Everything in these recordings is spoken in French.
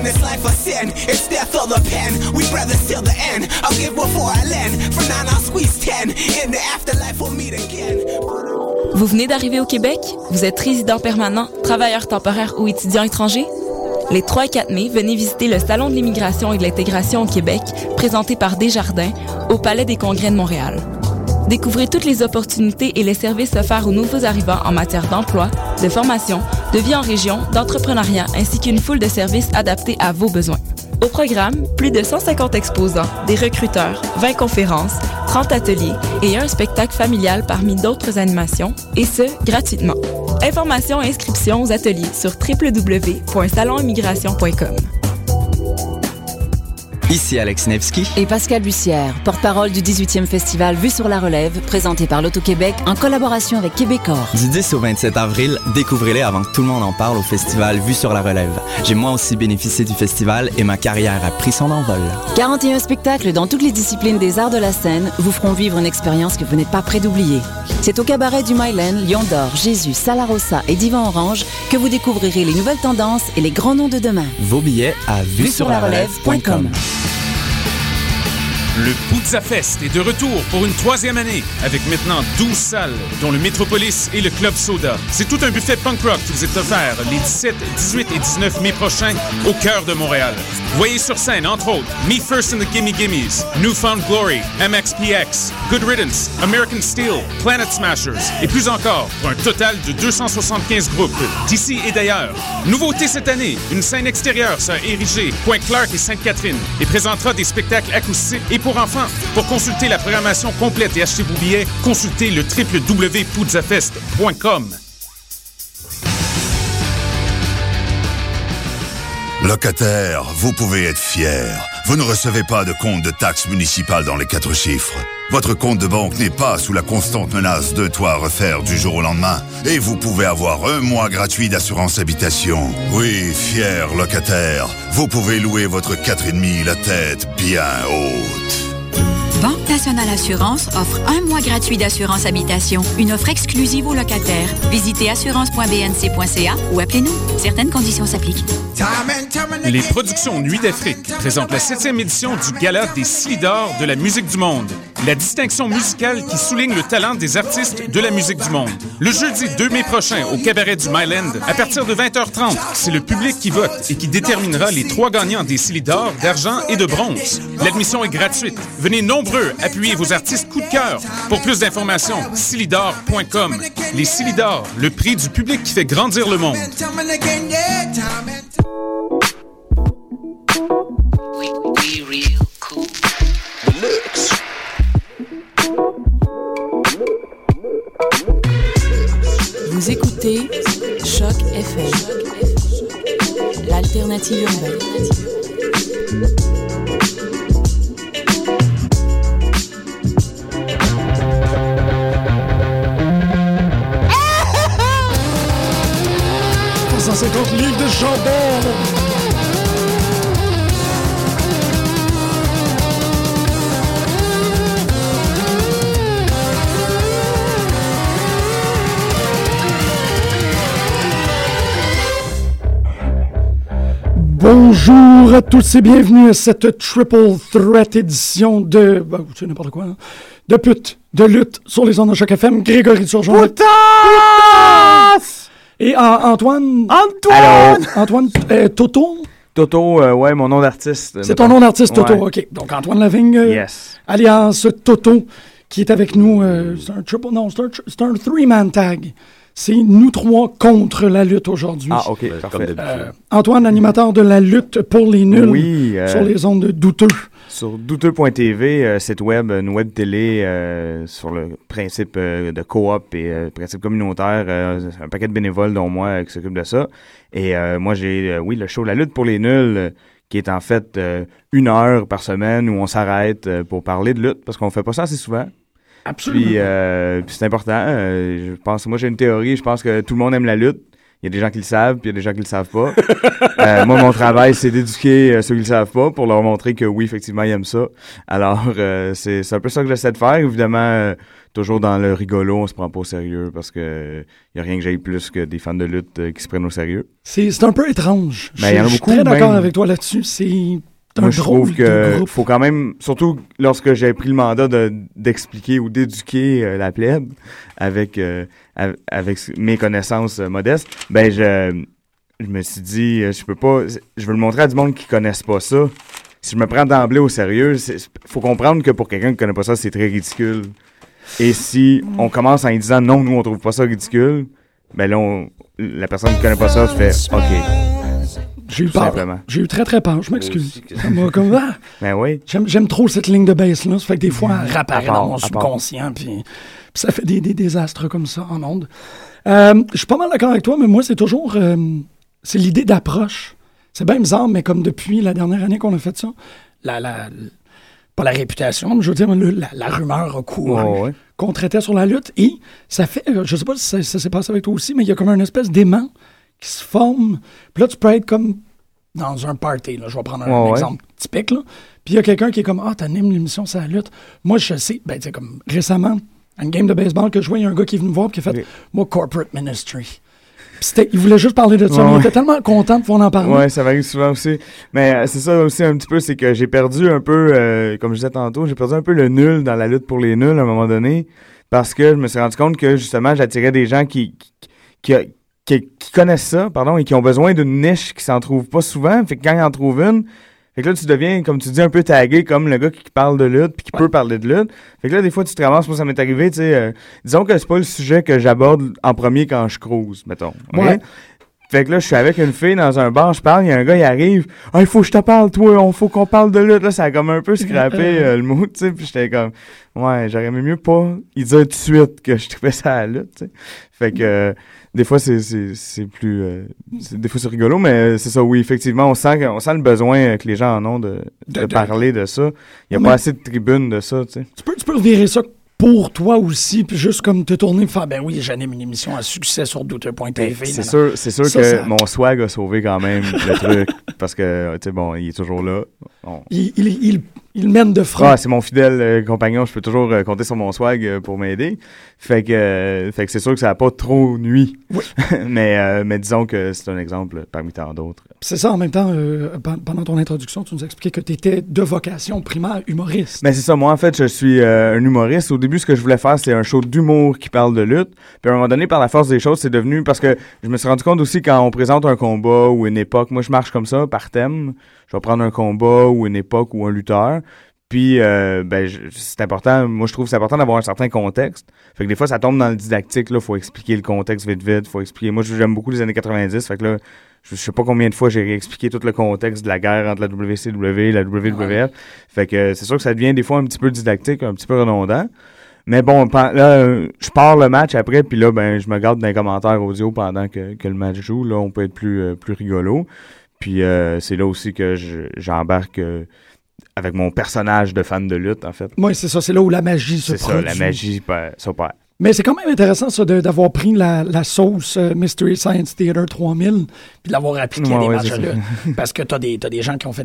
this life a sin, it's death or the pen. We'd rather seal the end. I'll give before I lend. For 9 I'll squeeze 10. In the afterlife we'll meet again. Vous venez d'arriver au Québec? Vous êtes résident permanent, travailleur temporaire ou étudiant étranger? Les 3 et 4 mai, venez visiter le Salon de l'immigration et de l'intégration au Québec, présenté par Desjardins, au Palais des Congrès de Montréal. Découvrez toutes les opportunités et les services offerts aux nouveaux arrivants en matière d'emploi, de formation, de vie en région, d'entrepreneuriat, ainsi qu'une foule de services adaptés à vos besoins. Au programme, plus de 150 exposants, des recruteurs, 20 conférences, 30 ateliers et un spectacle familial parmi d'autres animations, et ce, gratuitement. Informations et inscriptions aux ateliers sur www.salonimmigration.com. Ici Alex Nevsky et Pascal Bussière, porte-parole du 18e festival Vue sur la Relève, présenté par l'Auto-Québec en collaboration avec Québecor. Du 10 au 27 avril, découvrez-les avant que tout le monde en parle au festival Vue sur la Relève. J'ai moi aussi bénéficié du festival et ma carrière a pris son envol. 41 spectacles dans toutes les disciplines des arts de la scène vous feront vivre une expérience que vous n'êtes pas prêt d'oublier. C'est au cabaret du Myland, Lion d'Or, Jésus, Salarossa et Divan Orange que vous découvrirez les nouvelles tendances et les grands noms de demain. Vos billets à vuesurlarelève.com. Le Puzza Fest est de retour pour une 3e année, avec maintenant 12 salles, dont le Métropolis et le Club Soda. C'est tout un buffet punk rock qui vous est offert les 17, 18 et 19 mai prochains au cœur de Montréal. Voyez sur scène, entre autres, Me First and the Gimme Gimmes, Newfound Glory, MXPX, Good Riddance, American Steel, Planet Smashers et plus encore, pour un total de 275 groupes d'ici et d'ailleurs. Nouveauté cette année, une scène extérieure sera érigée, Pointe-Clark et Sainte-Catherine, et présentera des spectacles acoustiques et pour enfants. Pour consulter la programmation complète et acheter vos billets, consultez le www.puzzafest.com. Locataire, vous pouvez être fier. Vous ne recevez pas de compte de taxes municipales dans les 4 chiffres. Votre compte de banque n'est pas sous la constante menace de toit à refaire du jour au lendemain. Et vous pouvez avoir 1 mois gratuit d'assurance habitation. Oui, fier locataire, vous pouvez louer votre 4,5 la tête bien haute. Banque Nationale Assurance offre 1 mois gratuit d'assurance habitation. Une offre exclusive aux locataires. Visitez assurance.bnc.ca ou appelez-nous. Certaines conditions s'appliquent. Les productions Nuit d'Afrique présentent la 7e édition du Gala des Silidor de la musique du monde. La distinction musicale qui souligne le talent des artistes de la musique du monde. Le jeudi 2 mai prochain au cabaret du Myland, à partir de 20h30, c'est le public qui vote et qui déterminera les 3 gagnants des Silidor d'argent et de bronze. L'admission est gratuite. Venez nombreux appuyer vos artistes coup de cœur. Pour plus d'informations, silidor.com. Les Silidor, le prix du public qui fait grandir le monde. Vous écoutez Choc FM, l'alternative urbaine. Livres de chambon. Bonjour à tous et bienvenue à cette Triple Threat édition de... c'est n'importe quoi, hein? De pute, de lutte sur les ondes de Choc FM. Grégory Turgeon. Putain! Et Antoine... Antoine, Toto? Toto, ouais, mon nom d'artiste. C'est ton nom d'artiste, Toto, ouais. OK. Donc, Antoine Lavigne, yes. Alias Toto, qui est avec nous. C'est un triple... Non, c'est un 3-man tag. C'est nous 3 contre la lutte aujourd'hui. Ah, OK, parfait. Antoine, animateur de la lutte pour les nuls, oui, sur les ondes de Douteux. Sur douteux.tv, site web, une web télé sur le principe de coop et principe communautaire. Un paquet de bénévoles, dont moi, qui s'occupe de ça. Et moi, j'ai, le show La lutte pour les nuls, qui est en fait 1 heure par semaine où on s'arrête pour parler de lutte, parce qu'on fait pas ça assez souvent. Absolument. Puis c'est important. Je pense, moi, j'ai une théorie. Je pense que tout le monde aime la lutte. Il y a des gens qui le savent, puis il y a des gens qui le savent pas. Moi, mon travail, c'est d'éduquer ceux qui le savent pas pour leur montrer que oui, effectivement, ils aiment ça. Alors, c'est un peu ça que j'essaie de faire. Évidemment, toujours dans le rigolo, on se prend pas au sérieux parce que y a rien que j'aille plus que des fans de lutte qui se prennent au sérieux. C'est un peu étrange. Mais il y en a beaucoup. Je suis très d'accord avec toi là-dessus. Moi, je trouve que faut quand même, surtout lorsque j'ai pris le mandat d'expliquer ou d'éduquer la plèbe avec mes connaissances modestes, ben je me suis dit, je veux le montrer à du monde qui connaissent pas ça. Si je me prends d'emblée au sérieux, faut comprendre que pour quelqu'un qui connaît pas ça, c'est très ridicule. Et si on commence en disant non, nous on trouve pas ça ridicule, ben là la personne qui connaît pas ça fait OK. J'ai eu peur. J'ai eu très, très peur. Je m'excuse. Ben oui. J'aime trop cette ligne de bass-là. Ça fait que des fois, elle réapparaît dans mon subconscient. Puis ça fait des désastres comme ça en ondes. Je suis pas mal d'accord avec toi, mais moi, c'est toujours... c'est l'idée d'approche. C'est bien bizarre, mais comme depuis la dernière année qu'on a fait ça, pas la réputation, mais je veux dire, la rumeur a couru qu'on traitait sur la lutte. Et ça fait... je sais pas si ça s'est passé avec toi aussi, mais il y a comme une espèce d'aimant qui se forme. Puis là, tu peux être comme dans un party. Là. Je vais prendre un exemple typique. Là. Puis il y a quelqu'un qui est comme « Ah, t'animes l'émission sur la lutte. » Moi, je sais, tu sais, comme récemment, à une game de baseball que je jouais, il y a un gars qui est venu me voir et qui a fait « Moi, corporate ministry. » Il voulait juste parler de ça. Mais il était tellement content de pouvoir en parler. Oui, ça m'arrive souvent aussi. Mais c'est ça aussi un petit peu, c'est que j'ai perdu un peu, comme je disais tantôt, j'ai perdu un peu le nul dans la lutte pour les nuls à un moment donné parce que je me suis rendu compte que justement, j'attirais des gens qui connaissent ça, et qui ont besoin d'une niche qui s'en trouve pas souvent. Fait que quand ils en trouvent une, fait que là, tu deviens, comme tu dis, un peu tagué comme le gars qui parle de lutte puis qui peut parler de lutte. Fait que là, des fois, tu te ramasses, moi, ça m'est arrivé, tu sais, disons que c'est pas le sujet que j'aborde en premier quand je cruise, mettons. Okay? Fait que là, je suis avec une fille dans un bar, je parle, il y a un gars, il arrive, « Ah, il faut que je te parle, toi, faut qu'on parle de lutte. » Là, ça a comme un peu scrappé le mot, tu sais, puis j'étais comme, ouais, j'aurais aimé mieux pas il dire tout de suite que je trouvais ça à la lutte, tu sais. Fait que, des fois, c'est plus, des fois, c'est rigolo, mais c'est ça, oui, effectivement, on sent le besoin que les gens en ont de parler de ça. Il y a pas assez de tribunes de ça, tu sais. Tu peux revirer ça pour toi aussi, puis juste comme te tourner et faire, ben oui, j'anime une émission à succès sur douteux.tv. C'est sûr que mon swag a sauvé quand même le truc, parce que, tu sais, bon, il est toujours là. Il mène de front. Ah, c'est mon fidèle compagnon, je peux toujours compter sur mon swag pour m'aider. Fait que c'est sûr que ça n'a pas trop nuit. Oui. mais disons que c'est un exemple parmi tant d'autres. C'est ça, en même temps, pendant ton introduction, tu nous expliquais que tu étais de vocation primaire humoriste. Mais c'est ça, moi en fait, je suis un humoriste. Au début, ce que je voulais faire, c'est un show d'humour qui parle de lutte. Puis à un moment donné, par la force des choses, c'est devenu... Parce que je me suis rendu compte aussi, quand on présente un combat ou une époque, moi je marche comme ça, par thème. Je vais prendre un combat ou une époque ou un lutteur. Puis, c'est important. Moi, je trouve que c'est important d'avoir un certain contexte. Fait que des fois, ça tombe dans le didactique. Là, faut expliquer le contexte vite. Faut expliquer. Moi, j'aime beaucoup les années 90. Fait que là, je sais pas combien de fois j'ai réexpliqué tout le contexte de la guerre entre la WCW et la WWF. Fait que c'est sûr que ça devient des fois un petit peu didactique, un petit peu redondant. Mais bon, là, je pars le match après, puis là, je me garde dans les commentaires audio pendant que le match joue. Là, on peut être plus rigolo. Puis c'est là aussi que j'embarque avec mon personnage de fan de lutte, en fait. Oui, c'est ça. C'est là où la magie se produit. C'est ça, la magie s'opère. Mais c'est quand même intéressant, ça, d'avoir pris la sauce Mystery Science Theater 3000 puis de l'avoir appliquée à des matchs de lutte. Parce que t'as des gens qui ont fait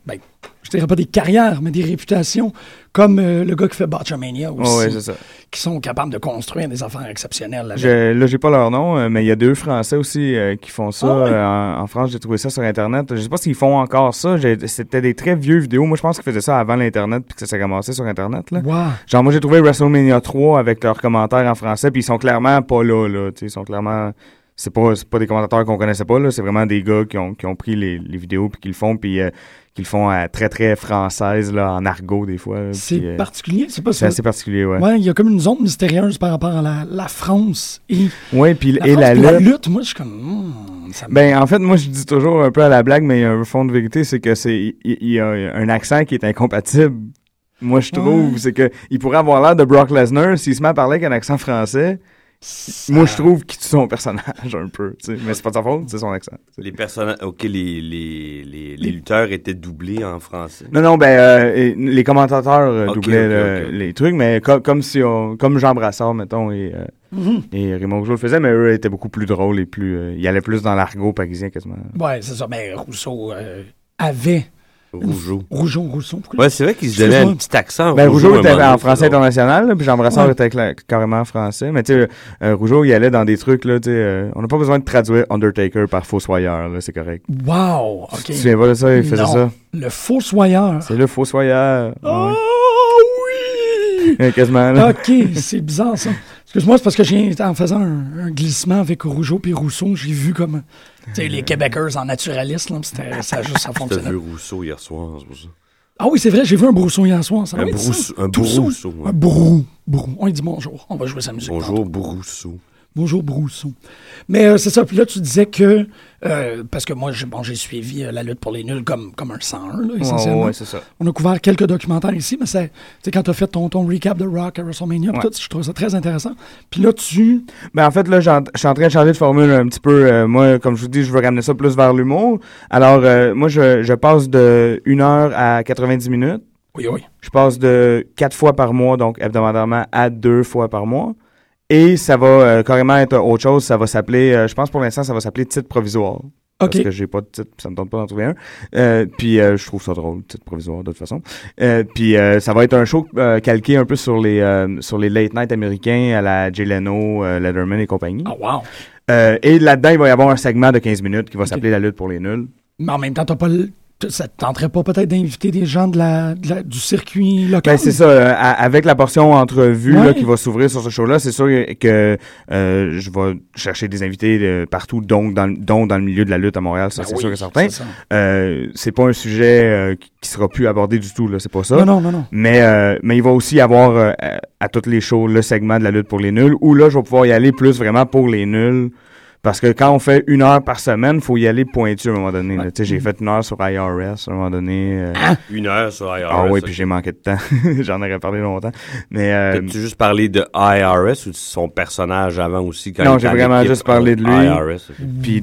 je dirais pas des carrières, mais des réputations, comme le gars qui fait Botchamania aussi, c'est ça. Qui sont capables de construire des affaires exceptionnelles. Là, j'ai pas leur nom, mais il y a 2 Français aussi qui font ça. En France, j'ai trouvé ça sur Internet. Je sais pas s'ils font encore ça. C'était des très vieux vidéos. Moi, je pense qu'ils faisaient ça avant l'Internet puis que ça s'est ramassé sur Internet. Là. Wow. Genre, moi, j'ai trouvé WrestleMania 3 avec leurs commentaires en français, puis ils sont clairement pas là. Ils sont clairement... C'est pas des commentateurs qu'on connaissait pas, là. C'est vraiment des gars qui ont pris les vidéos puis qui le font, puis qu'ils font très, très française, là, en argot, des fois. C'est particulier, c'est pas ça? C'est assez particulier, ouais. Ouais, il y a comme une zone mystérieuse par rapport à la France et... Ouais, puis la lutte, moi, je suis comme... en fait, moi, je dis toujours un peu à la blague, mais il y a un fond de vérité, c'est que il y a un accent qui est incompatible. Moi, je trouve, c'est que il pourrait avoir l'air de Brock Lesnar s'il se met à parler avec un accent français. Moi, je trouve qu'il tue son personnage un peu, tu sais. Mais c'est pas de sa faute, c'est son accent. Les personnages, les lutteurs étaient doublés en français. Non, les commentateurs doublaient les trucs, mais comme Jean Brassard, mettons, et Et Raymond Rougeau le faisait, mais eux étaient beaucoup plus drôles et plus... ils allaient plus dans l'argot parisien quasiment. Ouais, c'est ça. Mais Rousseau avait... Rousseau. Ouais, c'est vrai qu'il se donnait un petit accent. Ben, Rougeau était en français international, là, puis Jean Brassard était carrément en français. Mais tu sais, Rougeau, il allait dans des trucs, là, tu sais, on n'a pas besoin de traduire Undertaker par Fossoyeur, là, c'est correct. Wow! OK. Tu te souviens pas de ça? Il faisait ça. Le Fossoyeur. C'est le Fossoyeur. Oh oui! Quasiment, là. OK, c'est bizarre, ça. Excuse-moi, c'est parce que en faisant un glissement avec Rougeau puis Rousseau, j'ai vu comme... Tu sais, les Québécois en naturaliste, là, ça fonctionnait. T'as vu Rousseau hier soir, c'est pour ça. Ah oui, c'est vrai, j'ai vu un Brousseau hier soir. Un Brousseau. Un Brou. On lui dit bonjour. On va jouer sa musique. Bonjour, Brousseau. Bonjour, Brousseau. Mais c'est ça. Puis là, tu disais que... parce que moi, j'ai suivi la lutte pour les nuls comme un 101, là, essentiellement. Ouais, c'est ça. On a couvert quelques documentaires ici, mais c'est quand tu as fait ton recap de Rock à WrestleMania, tout, je trouve ça très intéressant. Puis là, Ben, en fait, là, je suis en train de changer de formule un petit peu. Moi, comme je vous dis, je veux ramener ça plus vers l'humour. Alors, moi, je passe de 1 heure à 90 minutes. Oui. Je passe de 4 fois par mois, donc hebdomadairement, à 2 fois par mois. Et ça va carrément être autre chose. Ça va s'appeler, je pense pour l'instant, ça va s'appeler titre provisoire. Parce que j'ai pas de titre, ça me tente pas d'en trouver un. Puis je trouve ça drôle, titre provisoire de toute façon. Puis ça va être un show calqué un peu sur les late night américains à la Jay Leno, Letterman et compagnie. Oh wow! Et là-dedans, il va y avoir un segment de 15 minutes qui va s'appeler La lutte pour les nuls. Mais en même temps, ça te tenterait pas peut-être d'inviter des gens du circuit local? Ben c'est ça. Avec la portion entrevue là, qui va s'ouvrir sur ce show-là, c'est sûr que je vais chercher des invités partout, dont dans le milieu de la lutte à Montréal, ça c'est sûr et certain. C'est pas un sujet qui sera plus abordé du tout, là, c'est pas ça. Non. Mais il va aussi y avoir à toutes les shows le segment de la lutte pour les nuls, où là je vais pouvoir y aller plus vraiment pour les nuls. Parce que quand on fait 1 heure par semaine, il faut y aller pointu à un moment donné. Ouais. J'ai fait 1 heure sur IRS à un moment donné. 1 heure sur IRS? Ah oui, puis j'ai manqué de temps. J'en aurais parlé longtemps. Mais t'as-tu juste parlé de IRS ou de son personnage avant aussi? Non, j'ai vraiment juste parlé de lui. IRS, puis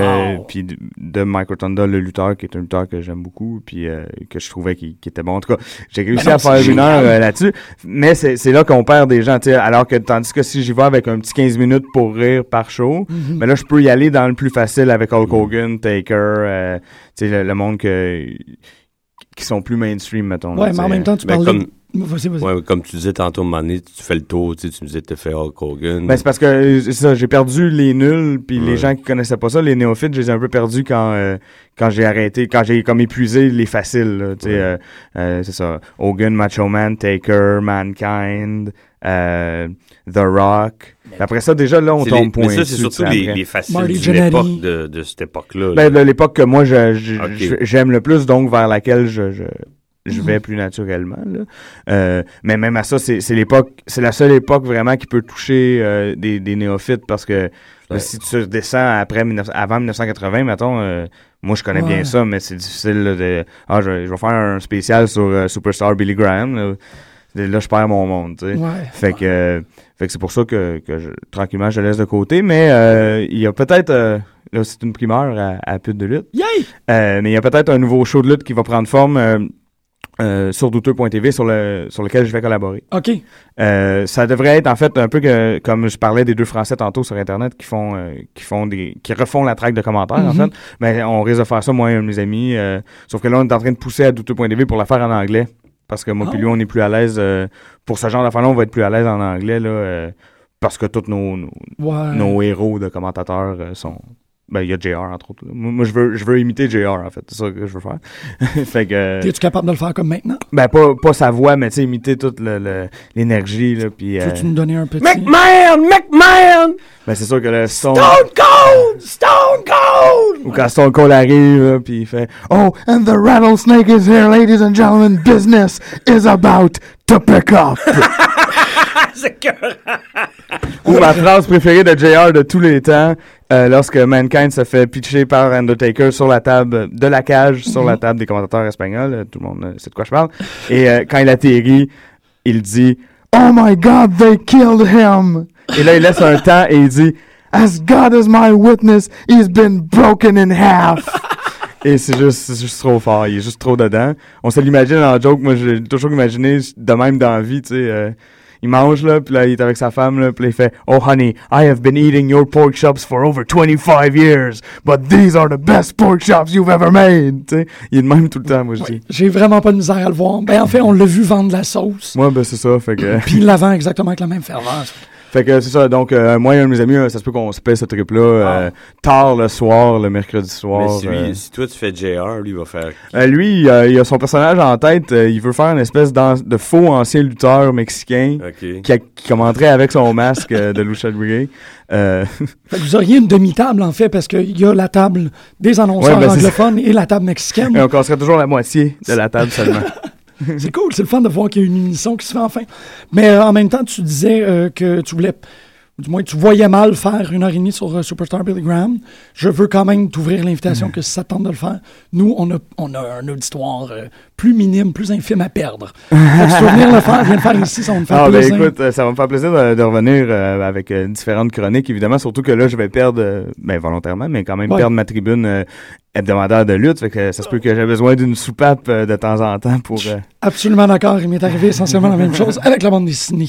de Mike Rotunda, le lutteur, qui est un lutteur que j'aime beaucoup, puis que je trouvais qu'il était bon. En tout cas, j'ai réussi à faire 1 heure là-dessus. Mais c'est là qu'on perd des gens. Alors que tandis que si j'y vais avec un petit 15 minutes pour rire par show, mais là, je peux y aller dans le plus facile avec Hulk Hogan, Taker, le monde qui sont plus mainstream, mettons. Ouais, mais en même temps, tu parles Vas-y. Ouais, comme tu disais tantôt, à un moment donné, tu fais le tour, tu me disais que tu fait Hulk Hogan. Ben, c'est parce que j'ai perdu les nuls, puis les gens qui connaissaient pas ça, les néophytes, je les ai un peu perdus quand j'ai arrêté, quand j'ai comme épuisé les faciles, c'est ça. Hogan, Macho Man, Taker, Mankind, The Rock. Après ça, déjà, là, on tombe point. Mais ça, c'est surtout les faciles Marty d'une époque de cette époque-là. Ben, de l'époque que moi, j'aime le plus, donc vers laquelle je vais plus naturellement, là. Mais même à ça, c'est la seule époque vraiment qui peut toucher des néophytes, parce que si tu descends avant 1980, mettons, moi je connais bien ça, mais c'est difficile là, je vais faire un spécial sur Superstar Billy Graham, là je perds mon monde, tu sais. Fait que c'est pour ça que tranquillement je laisse de côté, mais il y a peut-être là c'est une primeur à pute de lutte. Mais il y a peut-être un nouveau show de lutte qui va prendre forme sur douteux.tv sur lequel je vais collaborer. OK. Ça devrait être en fait un peu comme je parlais des 2 Français tantôt sur Internet qui refont la traque de commentaires en fait. Mais on risque de faire ça, moi et un de mes amis. Sauf que là, on est en train de pousser à douteux.tv pour la faire en anglais. Parce que moi puis lui, on est plus à l'aise. Pour ce genre d'affaires-là, on va être plus à l'aise en anglais là, parce que tous nos héros de commentateurs sont... Ben, il y a JR, entre autres. Moi, je veux imiter JR, en fait. C'est ça que je veux faire. Fait que... T'es-tu capable de le faire comme maintenant? Ben, pas sa voix, mais tu sais, imiter toute l'énergie, là, puis... Peux-tu nous donner un petit... McMahon! Ben, c'est sûr que le Stone Cold! Ou quand Stone Cold arrive, là, puis il fait « Oh, and the rattlesnake is here, ladies and gentlemen. Business is about to pick up. » C'est que... Ou ma phrase préférée de JR de tous les temps, lorsque Mankind se fait pitcher par Undertaker sur la table de la cage, sur la table des commentateurs espagnols, tout le monde sait de quoi je parle, et quand il atterrit, il dit « Oh my God, they killed him! » Et là, il laisse un temps et il dit « As God is my witness, he's been broken in half! » Et c'est juste trop fort, il est juste trop dedans. On se l'imagine en joke, moi j'ai toujours imaginé de même dans la vie, tu sais... il mange, là, puis là, il est avec sa femme, là, puis là, il fait « Oh, honey, I have been eating your pork chops for over 25 years, but these are the best pork chops you've ever made! » Tu sais, il est de même tout le temps, moi, je dis. J'ai vraiment pas de misère à le voir. Ben, en fait, on l'a vu vendre de la sauce. Moi, ben, c'est ça, fait que... Puis il la vend exactement avec la même ferveur. Fait que c'est ça, donc moi et un de mes amis, ça se peut qu'on se paie ce trip-là tard le soir, le mercredi soir. Mais si toi tu fais JR, lui il va faire... Lui, il a son personnage en tête, il veut faire une espèce de faux ancien lutteur mexicain qui commenterait avec son masque de Lucha Libre. Fait que vous auriez une demi-table en fait, parce qu'il y a la table des annonceurs anglophones et la table mexicaine. Et on casserait toujours la moitié de la table seulement. C'est cool, c'est le fun de voir qu'il y a une unisson qui se fait enfin. Mais en même temps, tu disais que tu voulais, du moins tu voyais mal faire 1h30 sur Superstar Billy Graham. Je veux quand même t'ouvrir l'invitation que si ça tente de le faire. Nous, on a un auditoire plus minime, plus infime à perdre. Si tu veux venir le faire, viens le faire ici, ça va me faire plaisir. Ben écoute, ça va me faire plaisir de revenir avec différentes chroniques, évidemment, surtout que là, je vais perdre, volontairement, mais quand même perdre ma tribune hebdomadaire de lutte, fait que ça se peut que j'ai besoin d'une soupape de temps en temps pour... Absolument d'accord, il m'est arrivé essentiellement la même chose avec la bande dessinée.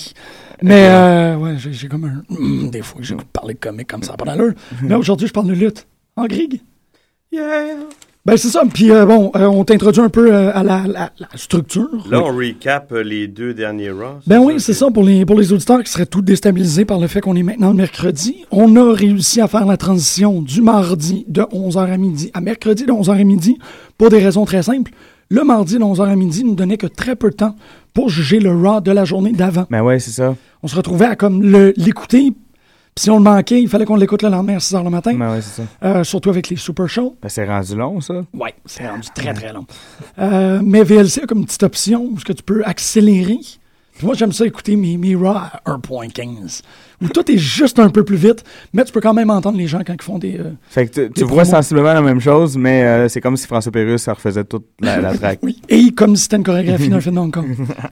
Mais j'ai comme un... des fois, j'ai parlé de comics comme ça pendant l'heure. Mais aujourd'hui, je parle de lutte. En Grig? Yeah! Ben c'est ça, puis on t'introduit un peu à la structure. Là, on recap les 2 derniers Raw. Ben oui, c'est ça, pour les auditeurs qui seraient tout déstabilisés par le fait qu'on est maintenant le mercredi. On a réussi à faire la transition du mardi de 11h à midi à mercredi de 11h à midi pour des raisons très simples. Le mardi de 11h à midi nous donnait que très peu de temps pour juger le Raw de la journée d'avant. Ben ouais, c'est ça. On se retrouvait à comme l'écouter. Puis si on le manquait, il fallait qu'on l'écoute le lendemain à 6h le matin. Ben ouais, c'est ça. Surtout avec les Super Shows. Ben c'est rendu long, ça. Oui, c'est rendu très, très long. Mais VLC a comme une petite option où tu peux accélérer. Puis moi, j'aime ça écouter mes Raw à 1.15. Où tout est juste un peu plus vite, mais tu peux quand même entendre les gens quand ils font des... fait que tu vois sensiblement la même chose, mais c'est comme si François Pérusse refaisait toute la track. Oui, et comme si c'était une chorégraphie d'un film de Hong Kong.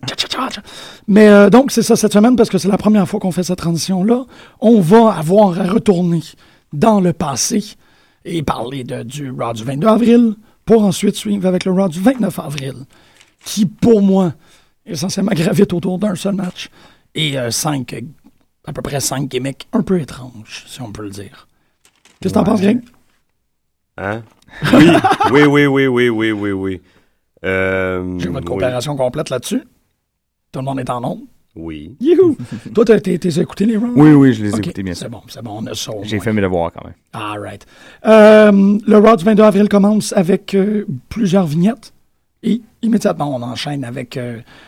Mais donc, c'est ça cette semaine, parce que c'est la première fois qu'on fait cette transition-là. On va avoir à retourner dans le passé et parler du Raw du 22 avril, pour ensuite suivre avec le Raw du 29 avril, qui, pour moi, essentiellement gravite autour d'un seul match et à peu près 5 gimmicks un peu étranges, si on peut le dire. Qu'est-ce que t'en penses, Greg? Hein? Oui. J'ai votre coopération complète là-dessus. Tout le monde est en onde. Oui. Youhou! Toi, t'as écouté les rounds? Oui, je les ai écoutés, bien sûr. C'est bon, on a ça. J'ai fait mes devoirs quand même. All right. Le Raw du 22 avril commence avec plusieurs vignettes et immédiatement, on enchaîne avec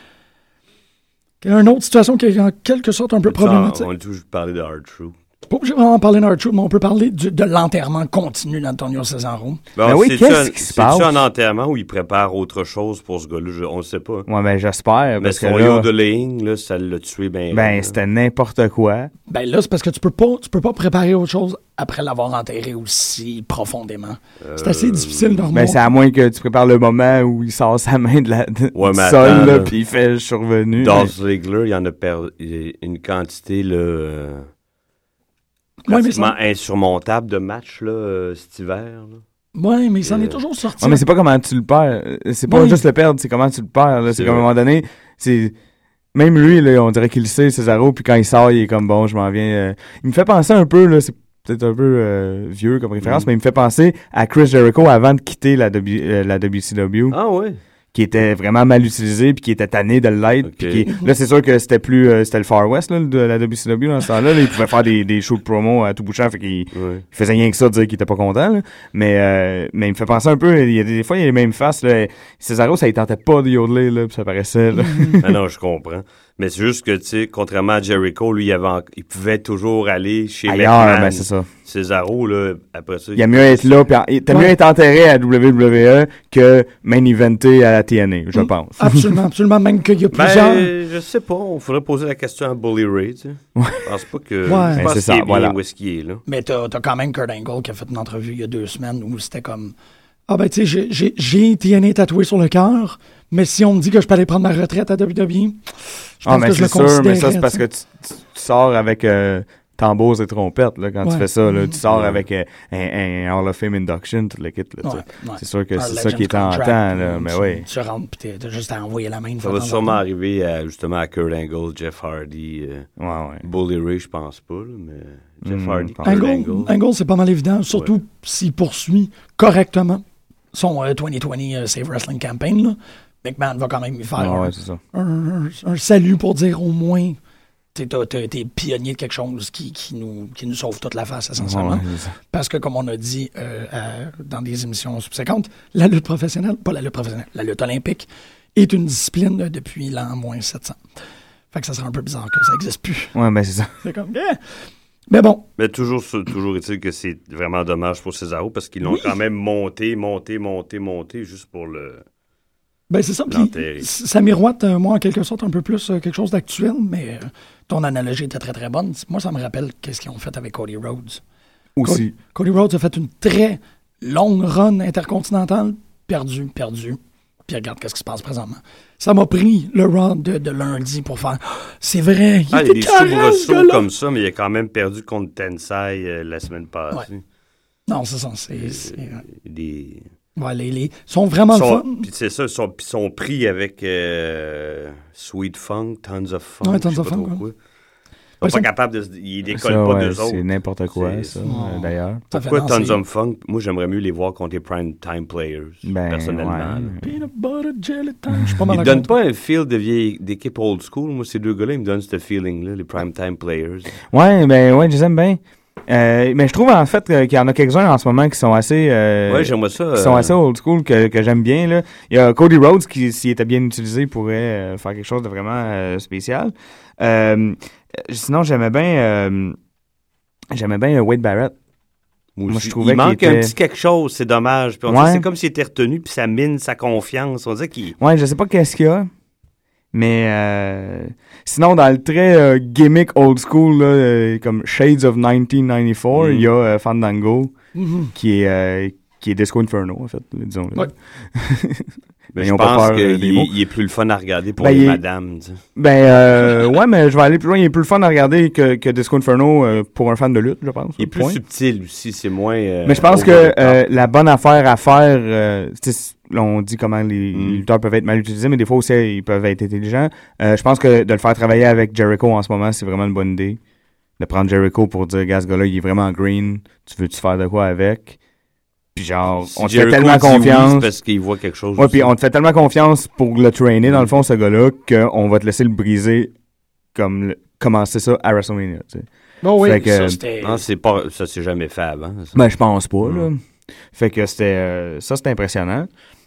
une autre situation qui est en quelque sorte un peu problématique. On a toujours parlé de R-Truth. Pas obligé vraiment parler d'R-Truth, mais on peut parler de l'enterrement continu d'Antonio Cesaro. Ben oui, qu'est-ce qui se passe? C'est-tu un enterrement où il prépare autre chose pour ce gars-là? On ne sait pas. Ouais, ben j'espère. Mais son yodeling, là, ça l'a tué bien. Ben, c'était n'importe quoi. Ben là, c'est parce que tu peux pas préparer autre chose après l'avoir enterré aussi profondément. C'est assez difficile de remonter. Ben, c'est à moins que tu prépares le moment où il sort sa main du sol, là, puis il fait « je suis revenu ». Dolph Ziggler, il en a perdu une quantité, là... pratiquement insurmontable de matchs là, cet hiver. Oui, mais il s'en est toujours sorti. Ouais, mais c'est pas comment tu le perds. C'est pas juste le perdre, c'est comment tu le perds. Là. C'est qu'à un moment donné, c'est... Même lui, là, on dirait qu'il le sait, Cesaro, puis quand il sort, il est comme bon, je m'en viens. Il me fait penser un peu, là, c'est peut-être un peu vieux comme référence, mais il me fait penser à Chris Jericho avant de quitter la WCW. Ah ouais? Qui était vraiment mal utilisé puis qui était tanné de l'être. Okay. Là, c'est sûr que c'était le Far West là, de la WCW dans ce temps-là. Là, il pouvait faire des shows de promo à tout bout de champ, fait qu'il faisait rien que ça, dire qu'il était pas content. Là. Mais il me fait penser un peu, il y a des fois, il y a les mêmes faces. Là. Cesaro, ça il tentait pas de yodeler, là, puis ça paraissait. Là. Ah non, je comprends. Mais c'est juste que, tu sais, contrairement à Jericho, lui, il pouvait toujours aller chez ailleurs, ben c'est ça. Cesaro, là, après ça... Il y a mieux être là, puis t'as mieux être enterré à WWE que main eventé à la TNA, je pense. Absolument, même qu'il y a plusieurs... Je sais pas, on faudrait poser la question à Bully Ray, tu sais. Je pense pas que... Je pense qu'il est bien où est-ce qu'il est, là. Mais t'as quand même Kurt Angle qui a fait une entrevue il y a 2 semaines où c'était comme... Ah ben tu sais, j'ai TNA tatoué sur le cœur, mais si on me dit que je peux aller prendre ma retraite à WWE, je pense que je le considère. Mais ça c'est parce que tu sors avec tambours et trompettes, là, quand tu fais ça, là, tu sors avec un Hall of Fame induction, toute l'équipe, là, c'est sûr que c'est ça qui est tentant, là, mais oui. Tu rentres pis t'as juste à envoyer la main. Ça va sûrement arriver justement à Kurt Angle, Jeff Hardy, Bully Ray, je pense pas, là, mais Jeff Hardy, Angle, c'est pas mal évident, surtout s'il poursuit correctement son 2020 Save Wrestling Campaign, là. McMahon va quand même lui faire un salut pour dire au moins t'es pionnier de quelque chose qui nous sauve toute la face essentiellement. Parce que comme on a dit dans des émissions subséquentes, la lutte professionnelle, pas la lutte professionnelle, la lutte olympique est une discipline depuis l'an moins 700. Fait que ça serait un peu bizarre que ça n'existe plus. Ouais, ben c'est ça. C'est comme mais bon. Mais toujours est-il que c'est vraiment dommage pour Cesaro parce qu'ils l'ont quand même monté juste pour le... Ben c'est ça, puis ça miroite, moi, en quelque sorte, un peu plus quelque chose d'actuel, mais ton analogie était très, très bonne. Moi, ça me rappelle qu'est-ce qu'ils ont fait avec Cody Rhodes. Aussi. Cody Rhodes a fait une très longue run intercontinentale, perdu, puis regarde qu'est-ce qui se passe présentement. Ça m'a pris le Raw de lundi pour faire « C'est vrai, il était carré, ce gars-là! » comme ça, mais il a quand même perdu contre Tensai la semaine passée. Ouais. Non, c'est ça, Ouais, les sont vraiment fun. Puis c'est ça, ils sont pris avec Sweet Funk, Tons of Funk. Ouais, Tons of Funk. Ils sont pas capables ils décollent pas d'eux autres. C'est n'importe quoi, ça, d'ailleurs. Pourquoi Tons of Funk? Moi, j'aimerais mieux les voir contre les Prime Time Players, personnellement. Peanut butter, jelly time. Je suis pas mal ils donnent pas un feel d'équipe old school. Moi, ces deux gars-là, ils me donnent ce feeling-là, les Prime Time Players. Ouais, je les aime bien. Mais je trouve en fait qu'il y en a quelques-uns en ce moment qui sont assez j'aimerais ça, qui sont assez old school que j'aime bien là. Il y a Cody Rhodes qui s'il était bien utilisé pourrait faire quelque chose de vraiment spécial. Sinon j'aimais bien Wade Barrett. Moi, je trouvais il manque un petit quelque chose, c'est dommage. Puis c'est comme s'il était retenu puis ça mine sa confiance. On dirait qu'il je sais pas qu'est-ce qu'il y a. Mais sinon, dans le très gimmick old school, là, comme Shades of 1994, il y a Fandango qui est Disco Inferno, en fait, disons. Ouais. Mais je pense qu'il est plus le fun à regarder pour les madames. Tu sais. Mais je vais aller plus loin. Il est plus le fun à regarder que Disco Inferno pour un fan de lutte, je pense. Il est plus subtil aussi, c'est moins... mais je pense que la bonne affaire à faire... là, on dit comment les lutteurs peuvent être mal utilisés, mais des fois aussi, ils peuvent être intelligents. Je pense que de le faire travailler avec Jericho en ce moment, c'est vraiment une bonne idée. De prendre Jericho pour dire, gars, ce gars-là, il est vraiment green. Tu veux-tu faire de quoi avec? Puis genre, si on te fait tellement confiance. Oui, parce qu'il voit quelque chose. Ouais, puis on te fait tellement confiance pour le trainer, dans le fond, ce gars-là, qu'on va te laisser le briser comme commencer ça à WrestleMania, tu sais. Bon, oui, ça, c'était... Non, ça s'est jamais fait avant. Ça. Ben, je pense pas, là. Fait que c'était impressionnant.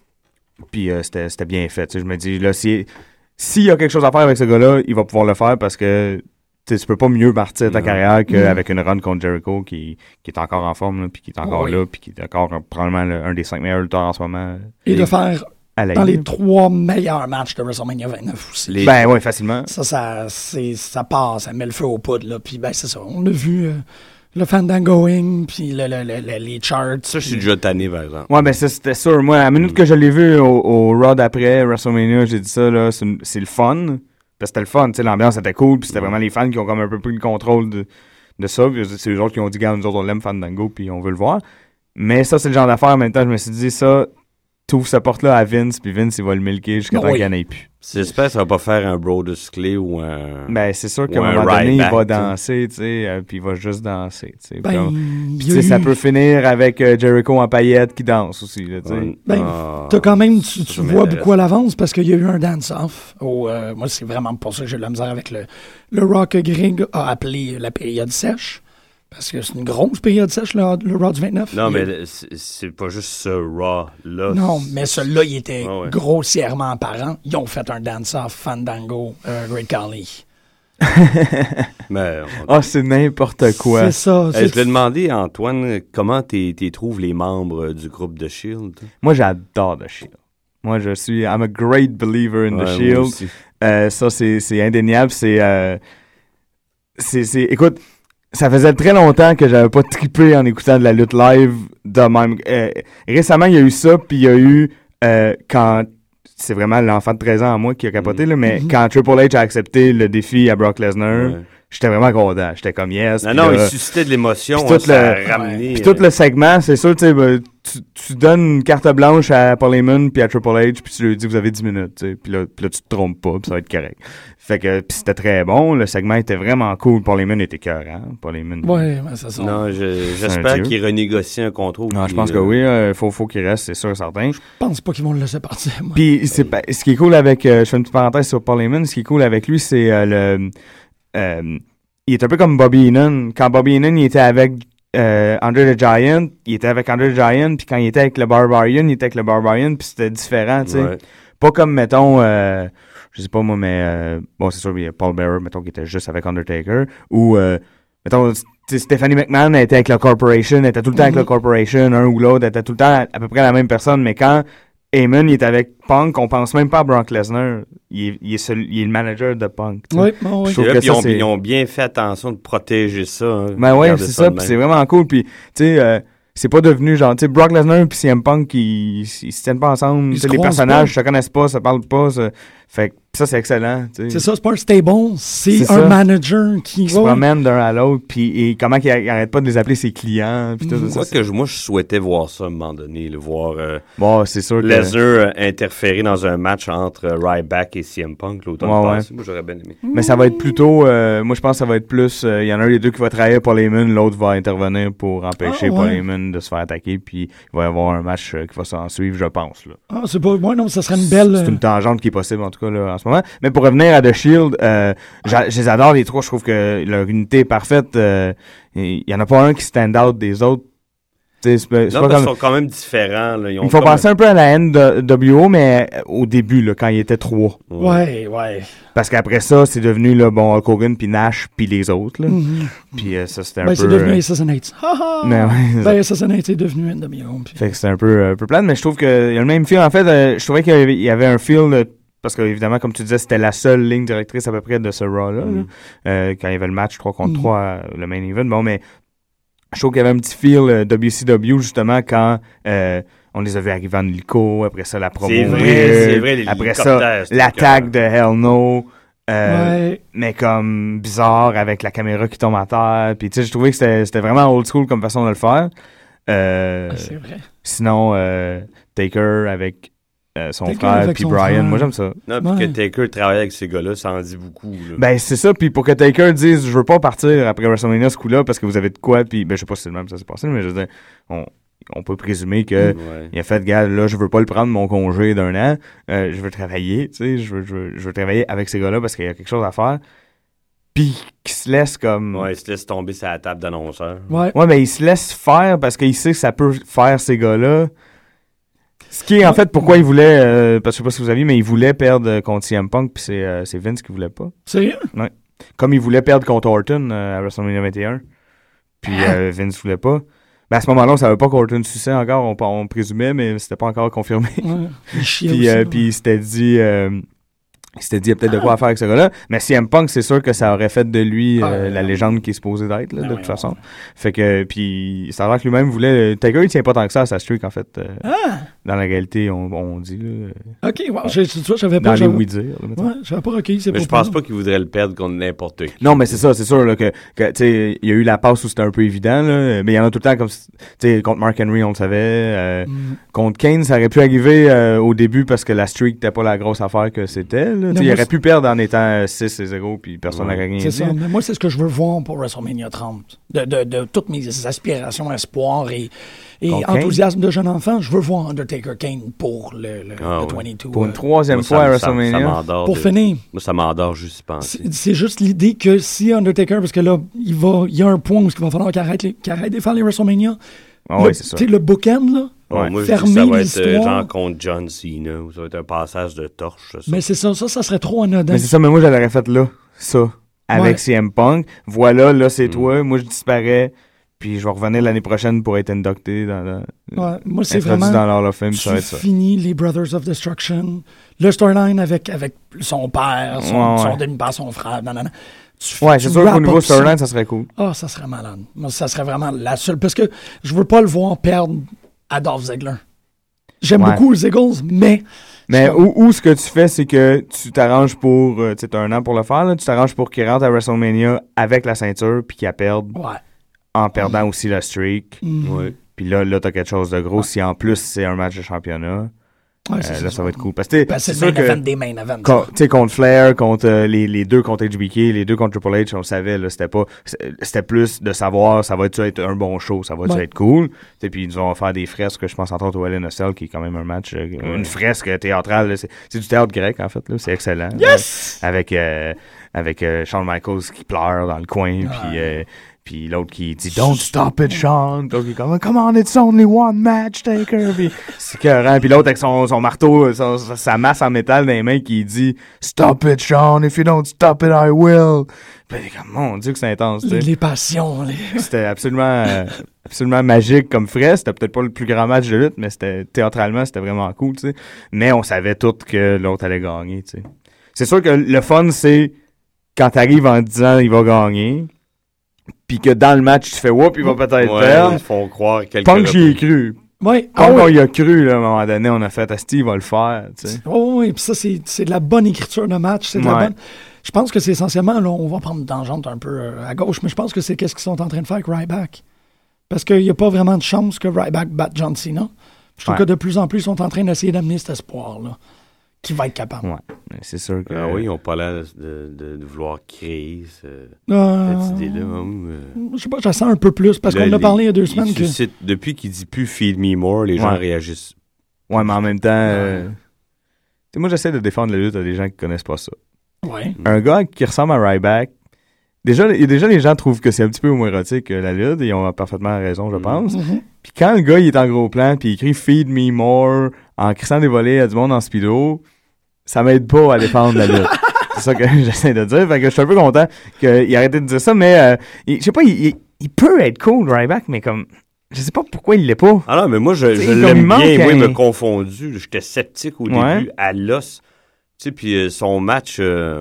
Puis c'était bien fait, tu sais. Je me dis, là, s'il y a quelque chose à faire avec ce gars-là, il va pouvoir le faire parce que tu peux pas mieux partir ta carrière qu'avec une run contre Jericho qui est encore en forme, puis qui est encore là, puis qui est encore probablement un des 5 meilleurs lutteurs en ce moment. Et de faire dans les 3 meilleurs matchs de WrestleMania 29 aussi. Oui, facilement. Ça passe, ça met le feu aux poudres, là. Puis c'est ça, on a vu le fandangoing, puis les charts. Ça, je suis déjà tanné, par exemple. Ouais, c'était sûr. Moi, à la minute que je l'ai vu au Raw d'après WrestleMania, j'ai dit ça, là, c'est le fun. Parce que c'était le fun, tu sais, l'ambiance était cool, puis c'était vraiment les fans qui ont comme un peu pris le contrôle de ça. Puis c'est les autres qui ont dit, gars, nous autres, on l'aime, Fandango, puis on veut le voir. Mais ça, c'est le genre d'affaire, en même temps, je me suis dit, ça, t'ouvres cette porte-là à Vince, puis Vince, il va le milquer jusqu'à temps qu'il n'y en ait plus. J'espère que ça va pas faire un Brodus Clay ou un... Ben, c'est sûr qu'à un moment donné, il va danser, tu sais, puis il va juste danser, tu sais. Puis ça peut finir avec Jericho en paillettes qui danse aussi, tu sais. T'as quand même, tu vois beaucoup à l'avance parce qu'il y a eu un dance-off. Moi, c'est vraiment pour ça que j'ai de la misère avec le Raw que Greg a appelé la période sèche. Parce que c'est une grosse période sèche, le Raw du 29. Non, mais c'est pas juste ce Raw-là. Non, mais celui-là, il était grossièrement apparent. Ils ont fait un dance-off, Fandango, Great Khali. Mais c'est n'importe quoi. C'est ça. Je l'ai demandé, Antoine, comment tu trouves les membres du groupe de Shield? Moi, j'adore The Shield. Moi, I'm a great believer in The Shield. Ça, c'est indéniable. Écoute, ça faisait très longtemps que j'avais pas trippé en écoutant de la lutte live de même. Récemment, il y a eu ça, puis il y a eu quand c'est vraiment l'enfant de 13 ans à moi qui a capoté, là, mais quand Triple H a accepté le défi à Brock Lesnar, j'étais vraiment content. J'étais comme yes. Non, il suscitait de l'émotion. Ça a ramené. Puis tout le segment, c'est sûr, tu sais, tu donnes une carte blanche à Paul Heyman puis à Triple H, puis tu lui dis vous avez 10 minutes, tu sais. Puis là, tu te trompes pas, puis ça va être correct. Fait que puis c'était très bon. Le segment était vraiment cool. Paul Heyman était écœurant. Paul Heyman. Ouais, mais ça sort. Non, j'espère qu'il renégocie un contrat. Non, je pense que oui. Faut qu'il reste, c'est sûr, certain. Je pense pas qu'ils vont le laisser partir. Moi. Puis ce qui est cool avec, je fais une petite parenthèse sur Paul Heyman. Ce qui est cool avec lui, c'est il est un peu comme Bobby Heenan. Quand Bobby Heenan il était avec Andre the Giant, il était avec Andre the Giant, puis quand il était avec le Barbarian, il était avec le Barbarian, puis c'était différent, tu sais. Ouais. Pas comme, mettons, je sais pas moi, mais bon, c'est sûr, il y a Paul Bearer, mettons, qui était juste avec Undertaker, ou, mettons, Stephanie McMahon, elle était avec la Corporation, elle était tout le temps avec la Corporation, un ou l'autre, elle était tout le temps à peu près la même personne, mais quand Heyman, il est avec Punk, on pense même pas à Brock Lesnar. Il est le manager de Punk. Oui. Ils ont bien fait attention de protéger ça. Hein, ben oui, c'est ça. Puis c'est vraiment cool. Puis, tu sais, c'est pas devenu genre, tu sais, Brock Lesnar puis CM Punk, ils se tiennent pas ensemble. Les personnages se connaissent pas, se parlent pas. Fait que ça, c'est excellent. T'sais. C'est ça, c'est pas un stable, c'est un manager qui se promène d'un à l'autre, puis comment il arrête pas de les appeler ses clients. Puis tout ça. Moi, je souhaitais voir ça à un moment donné, voir bon, c'est sûr Lesnar interférer dans un match entre Ryback et CM Punk l'automne passé. Moi, j'aurais bien aimé. Mais ça va être plutôt, moi, je pense que ça va être plus, il y en a un des deux qui va travailler Paul Heyman, l'autre va intervenir pour empêcher Paul Heyman de se faire attaquer, puis il va y avoir un match qui va s'en suivre, je pense. Là. Ah, c'est pas, non, ça serait une belle... C'est une tangente qui est possible, en tout cas, là, en ce moment. Mais pour revenir à The Shield, je les adore les trois. Je trouve que leur unité est parfaite. Il y en a pas un qui stand out des autres. Ils sont quand même différents. Là. Il faut penser un peu à la NWO, mais au début, là, quand ils étaient trois. Ouais. Parce qu'après ça, c'est devenu là, bon, Hulk Hogan, puis Nash, puis les autres. Là. Puis ça, c'était un peu... c'est devenu Assassinate. Assassinate, c'est devenu NWO. Puis... Fait que c'était un peu plate, mais je trouve qu'il y a le même feel. En fait, je trouvais qu'il y avait un feel... Parce que, évidemment, comme tu disais, c'était la seule ligne directrice à peu près de ce Raw-là. Quand il y avait le match 3 contre 3, le main event. Bon, mais je trouve qu'il y avait un petit feel WCW, justement, quand on les a vus arriver en hélico, après ça, la promo. C'est vrai, après ça, l'attaque de Hell No. Mais comme bizarre, avec la caméra qui tombe à terre. Puis, tu sais, je trouvais que c'était vraiment old school comme façon de le faire. C'est vrai. Sinon, Taker avec... son frère puis Brian, moi j'aime ça. Non, puis que Taker travaille avec ces gars-là, ça en dit beaucoup. Là. Ben c'est ça, puis pour que Taker dise je veux pas partir après WrestleMania ce coup-là parce que vous avez de quoi, puis ben je sais pas si c'est le même ça s'est passé, mais je veux dire, on peut présumer que il a fait gars là je veux pas le prendre mon congé d'un an, je veux travailler, tu sais, je veux travailler avec ces gars-là parce qu'il y a quelque chose à faire. Puis qui se laisse comme... Ouais, il se laisse tomber sur la table d'annonceur. Ouais, mais il se laisse faire parce qu'il sait que ça peut faire ces gars-là. Ce qui est en fait pourquoi il voulait, parce que je sais pas si vous aviez, mais il voulait perdre contre CM Punk, puis c'est Vince qui voulait pas. Sérieux? Ouais. Comme il voulait perdre contre Orton à WrestleMania 21, puis Vince voulait pas. Ben à ce moment-là, on savait pas qu'Orton suçait encore, on présumait, mais c'était pas encore confirmé. Ouais. Puis il s'était dit... il s'était dit, il y a peut-être de quoi faire avec ce gars-là. Mais CM Punk, c'est sûr que ça aurait fait de lui la légende qui est supposée d'être, là, de toute façon. Fait que, puis, ça a l'air que lui-même voulait... Taker, il tient pas tant que ça à sa streak, en fait. Dans la réalité, on dit, là. OK, wow. Tu vois, j'avais pas... Dans les oui-dire, là, ouais, j'avais pas recueilli, c'est mais je pense pas qu'il voudrait le perdre contre n'importe qui. Non, mais c'est ça, c'est sûr, là, que tu sais, il y a eu la passe où c'était un peu évident, là. Mais il y en a tout le temps, comme, tu sais, contre Mark Henry, on le savait. Contre Kane, ça aurait pu arriver au début parce que la streak n'était pas la grosse affaire que c'était, là. Il aurait pu perdre en étant 6-0 puis personne n'aurait rien dit. C'est ça. Mais moi, c'est ce que je veux voir pour WrestleMania 30. De toutes mes aspirations, espoirs et enthousiasme de jeune enfant, je veux voir Undertaker Kane pour le 22. Pour une troisième fois à WrestleMania. Pour finir. Moi, ça m'endort juste y penser. C'est juste l'idée que si Undertaker, parce que là, il y a un point où il va falloir qu'il arrête de faire les WrestleMania. Oui, c'est ça. Tu sais, le bookend, là. Ouais, moi, je dis que ça va être genre contre John Cena, ou ça va être un passage de torche. Ça. Mais c'est ça serait trop anodin. Mais c'est ça, mais moi, je l'aurais fait là, ça, avec CM Punk. Voilà, là, c'est toi, moi, je disparais, puis je vais revenir l'année prochaine pour être inducté dans moi, c'est vraiment... dans l'Hall of Fame, ça va être ça. Fini les Brothers of Destruction, le storyline avec son père, son demi-père, son frère, nanana. C'est sûr qu'au niveau storyline, ça serait cool. Ça serait malade. Moi, ça serait vraiment la seule, parce que je veux pas le voir perdre à Dolph Ziggler. J'aime beaucoup les Eagles, mais Mais où ce que tu fais, c'est que tu t'arranges pour... tu sais, t'as 1 an pour le faire, là, tu t'arranges pour qu'il rentre à WrestleMania avec la ceinture puis qu'il perde en perdant aussi la streak. Ouais. Puis là, t'as quelque chose de gros. Si en plus, c'est un match de championnat, là, ça va être cool. Parce que c'est le main event des main events. Tu sais, contre Flair, contre les deux contre HBK, les deux contre Triple H, on le savait, là, c'était plus de savoir, ça va-tu être un bon show, ça va-tu être cool. Puis ils nous ont offert des fresques, je pense entre autres au LNSL, qui est quand même un match, une fresque théâtrale, là, c'est du théâtre grec, en fait, là, c'est excellent. Yes! Avec Shawn Michaels qui pleure dans le coin, puis l'autre qui dit « Don't stop it, Shawn ». Donc il est comme « Come on, it's only one match, Taker ». Puis c'est écœurant. Puis l'autre avec son marteau, sa masse en métal dans les mains qui dit « Stop it, Shawn. If you don't stop it, I will ». Puis il est comme « Mon Dieu que c'est intense ». Les passions. C'était absolument magique comme frais. C'était peut-être pas le plus grand match de lutte, mais théâtralement, c'était vraiment cool, tu sais. Mais on savait tous que l'autre allait gagner, tu sais. C'est sûr que le fun, c'est quand t'arrives en disant « Il va gagner ». Puis que dans le match, tu fais « Whoop, il va peut-être perdre ». Ils font croire quelque chose. Punk, j'y ai cru. Ouais. Quand on y a cru, là, à un moment donné, on a fait « Asti, il va le faire ». Oui, puis ça, c'est de la bonne écriture de match. C'est de la bonne... Je pense que c'est essentiellement, là, on va prendre une tangente un peu à gauche, mais je pense que c'est qu'est-ce qu'ils sont en train de faire avec Ryback. Parce qu'il n'y a pas vraiment de chance que Ryback batte John Cena. Je trouve que de plus en plus, ils sont en train d'essayer d'amener cet espoir-là. Qui va être capable. Ouais, c'est sûr que... oui, ils n'ont pas l'air de vouloir créer cette idée-là. Je sais pas, j'en sens un peu plus, parce qu'on en a parlé il y a 2 semaines que... Depuis qu'il dit plus « Feed me more », les gens réagissent. Ouais, mais en même temps... moi, j'essaie de défendre la lutte à des gens qui connaissent pas ça. Ouais. Un gars qui ressemble à Ryback... Déjà, les gens trouvent que c'est un petit peu homoérotique, la lutte, et ils ont parfaitement raison, je pense. Puis quand le gars, il est en gros plan, puis il écrit « Feed me more », en crissant des volets à du monde en speedo, ça m'aide pas à défendre la lutte. C'est ça que j'essaie de dire. Fait que je suis un peu content qu'il arrête de dire ça, mais je sais pas, il peut être cool, Ryback, mais comme... Je sais pas pourquoi il l'est pas. Ah non, mais moi, je l'aime bien. Moi, il m'a confondu. J'étais sceptique au début, à l'os. Tu sais, puis son match...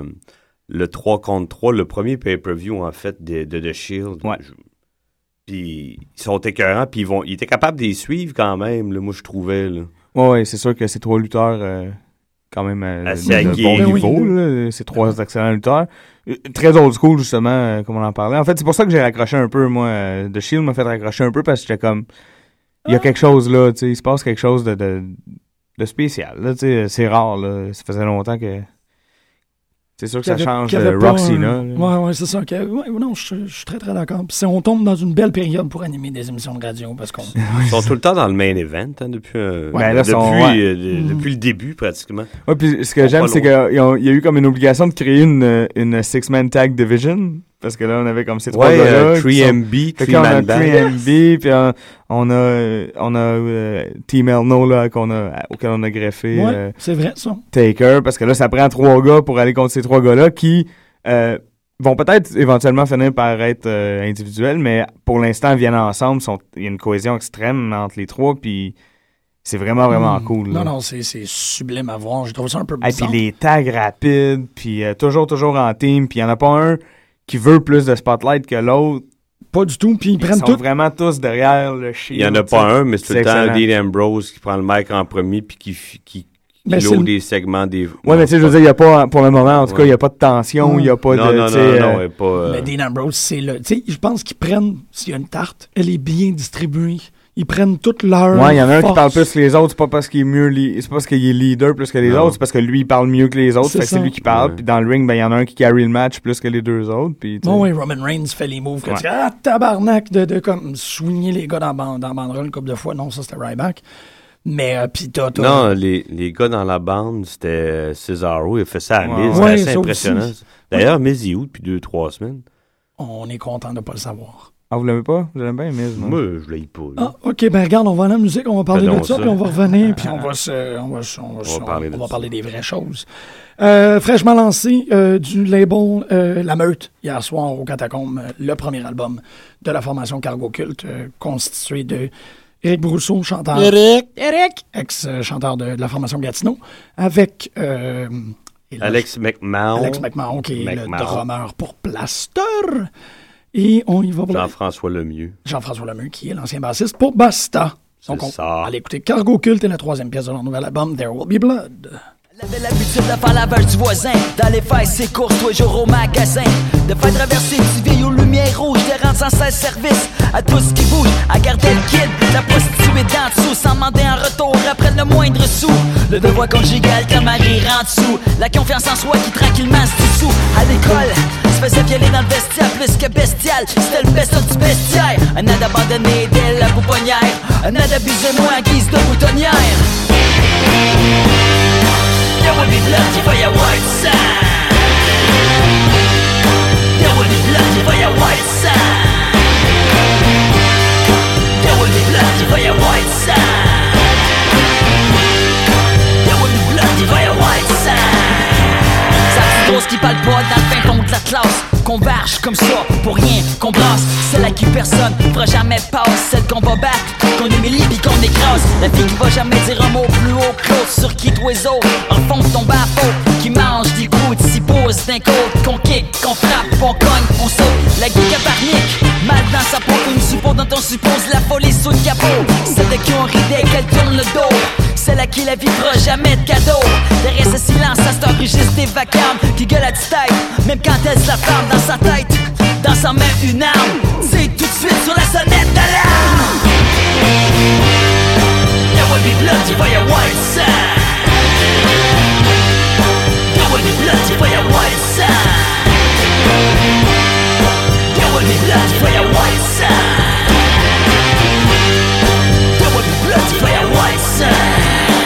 le 3 contre 3, le premier pay-per-view, en fait, de The Shield. Ouais. Puis ils sont écœurants, puis ils étaient capables de les suivre quand même, là, moi, je trouvais. Là. Ouais, c'est sûr que c'est 3 lutteurs quand même assez de bon niveau. Là. C'est 3 excellents lutteurs. Très old school, justement, comme on en parlait. En fait, c'est pour ça que j'ai raccroché un peu, moi. The Shield m'a fait raccrocher un peu parce que j'étais comme... Il y a quelque chose là, tu sais, il se passe quelque chose de spécial. Là, tu sais, c'est rare, là. Ça faisait longtemps que... C'est sûr que ça change Roxina. Oui, c'est ça. Non, je suis très, très d'accord. Puis on tombe dans une belle période pour animer des émissions de radio parce qu'on... Ils sont tout le temps dans le main event depuis le début, pratiquement. Oui, puis ce que j'aime, c'est qu'il y a eu comme une obligation de créer une six-man tag division. Parce que là, on avait comme ces 3 gars-là. 3MB, 3-man band. 3MB, puis on a Team Elno, là, auquel on a greffé. Ouais, c'est vrai, ça. Taker, parce que là, ça prend 3 gars pour aller contre ces 3 gars-là qui vont peut-être éventuellement finir par être individuels, mais pour l'instant, viennent ensemble. Il y a une cohésion extrême entre les 3, puis c'est vraiment, vraiment cool. Là. Non, c'est sublime à voir. Je trouve ça un peu bizarre. Puis les tags rapides, puis toujours en team, puis il n'y en a pas un qui veut plus de spotlight que l'autre. Pas du tout, puis ils sont vraiment tous derrière le Shield. Il n'y en a pas un, mais c'est tout le temps Dean Ambrose qui prend le mic en premier puis qui load des segments des... Ouais, mais tu sais, je veux dire, il n'y a pas, pour le moment, en tout cas, il n'y a pas de tension, il n'y a pas de... Non, pas... Mais Dean Ambrose, c'est le... Tu sais, je pense qu'ils prennent, s'il y a une tarte, elle est bien distribuée. Ils prennent toute leur Ouais, il y en a un qui parle plus que les autres, c'est pas parce qu'il est mieux c'est pas parce qu'il est leader plus que les autres, c'est parce que lui il parle mieux que les autres, fait que c'est lui qui parle, puis dans le ring, ben il y en a un qui carry le match plus que les 2 autres, puis oui, Roman Reigns fait les moves que tu dis tabarnak de comme swinguer les gars dans banderole une couple de fois. Non, ça c'était Ryback. Mais pis t'as non, les gars dans la bande, c'était Cesaro, il a fait ça à Miz, c'était assez impressionnant. Aussi. D'ailleurs, Miz il est où depuis 2-3 semaines? On est content de pas le savoir. Ah, vous l'aimez pas? Je l'aime bien, Miz. Moi, je l'aime pas. Ah, ok, ben regarde, on va aller à la musique, on va parler de ça, puis on va revenir, puis on va parler des vraies choses. Fraîchement lancé du label La Meute, hier soir au Catacombes, le premier album de la formation Cargo Cult, constitué de Éric Brousseau, chanteur... Éric! Ex-chanteur de la formation Gatineau, avec... Alex McMahon, qui est le drummer pour Plaster. Et on y va pour Jean-François Lemieux, qui est l'ancien bassiste pour Basta. Donc, on va aller écouter Cargo Cult et la 3e pièce de leur nouvel album, There Will Be Blood. Elle avait l'habitude de faire la vache du voisin, d'aller faire ses courses tous les jours au magasin, de faire traverser du vieil aux lumières rouges, de rendre sans cesse service à tout ce qui bouge, à garder le kid, la prostituée d'en dessous, sans demander en retour après le moindre sou. Le devoir conjugal quand Marie en dessous, la confiance en soi qui tranquillement se dissout. À l'école, se faisait violer dans le vestiaire plus que bestial, c'était le best du bestiaire. Un ad abandonné dès la pouponnière, un ad abusé moi en guise de boutonnière. There will be blood for your white side. There will be blood for your white side. There will be blood for your white side. There will be blood for your white side. Sa petite grosse qui parle pas dans le fin fond de la classe, qu'on varge comme ça, pour rien, qu'on brasse. Celle à qui personne fera jamais passe, celle qu'on va battre, qu'on humilie pis qu'on écrase. La fille qui va jamais dire un mot plus haut que l'autre, sur qui toi les autres enfonce ton bas-faute, qui mange des coups de 6 pouces d'un côte, qu'on kick, qu'on frappe, qu'on cogne, on saute. La geek abarnique, mal dans sa peau, une suppos dont on suppose la folie sous le capot. Celle de qui on ridait qu'elle tourne le dos, celle à qui la vie fera jamais de cadeau. Derrière ce silence, ça se enregistre des vacarmes, qui gueule à tête, même quand elle se la ferme dans sa tête. Dans sa main une arme, c'est tout de suite sur la sonnette d'alarme. There will be blood for your white side. There will be blood for your white side. There will be blood for your white side. There will be blood for your white side.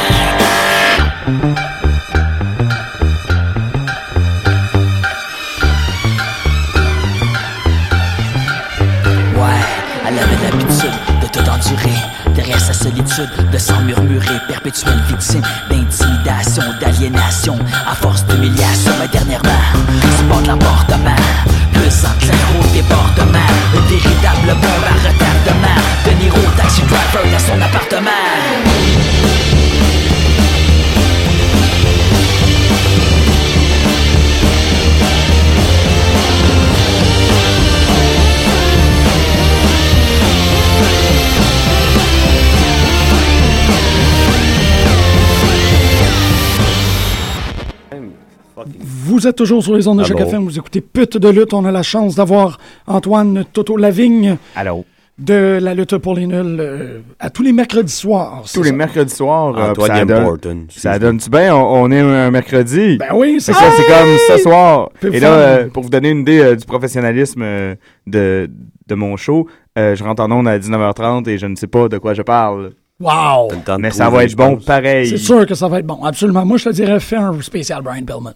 Elle avait l'habitude de tout endurer, derrière sa solitude, de s'en murmurer, perpétuelle victime d'intimidation, d'aliénation, à force d'humiliation. Mais dernièrement, se porte l'emportement, plus entre l'air au débordement, une véritable bombe à retardement, de Niro taxi driver dans son appartement. Vous êtes toujours sur les ondes de Choc FM, vous écoutez Pute de lutte. On a la chance d'avoir Antoine Toto Lavigne. Allô. De la lutte pour les nuls à tous les mercredis soirs. Tous les mercredis soirs. Antoine ça donne-tu bien? On est un mercredi. Ben oui, c'est ça. C'est comme ce soir. Et là, pour vous donner une idée du professionnalisme de mon show, je rentre en ondes à 19h30 et je ne sais pas de quoi je parle. Wow! Mais ça va être bon pareil. C'est sûr que ça va être bon, absolument. Moi, je te dirais, fais un spécial Brian Pillman.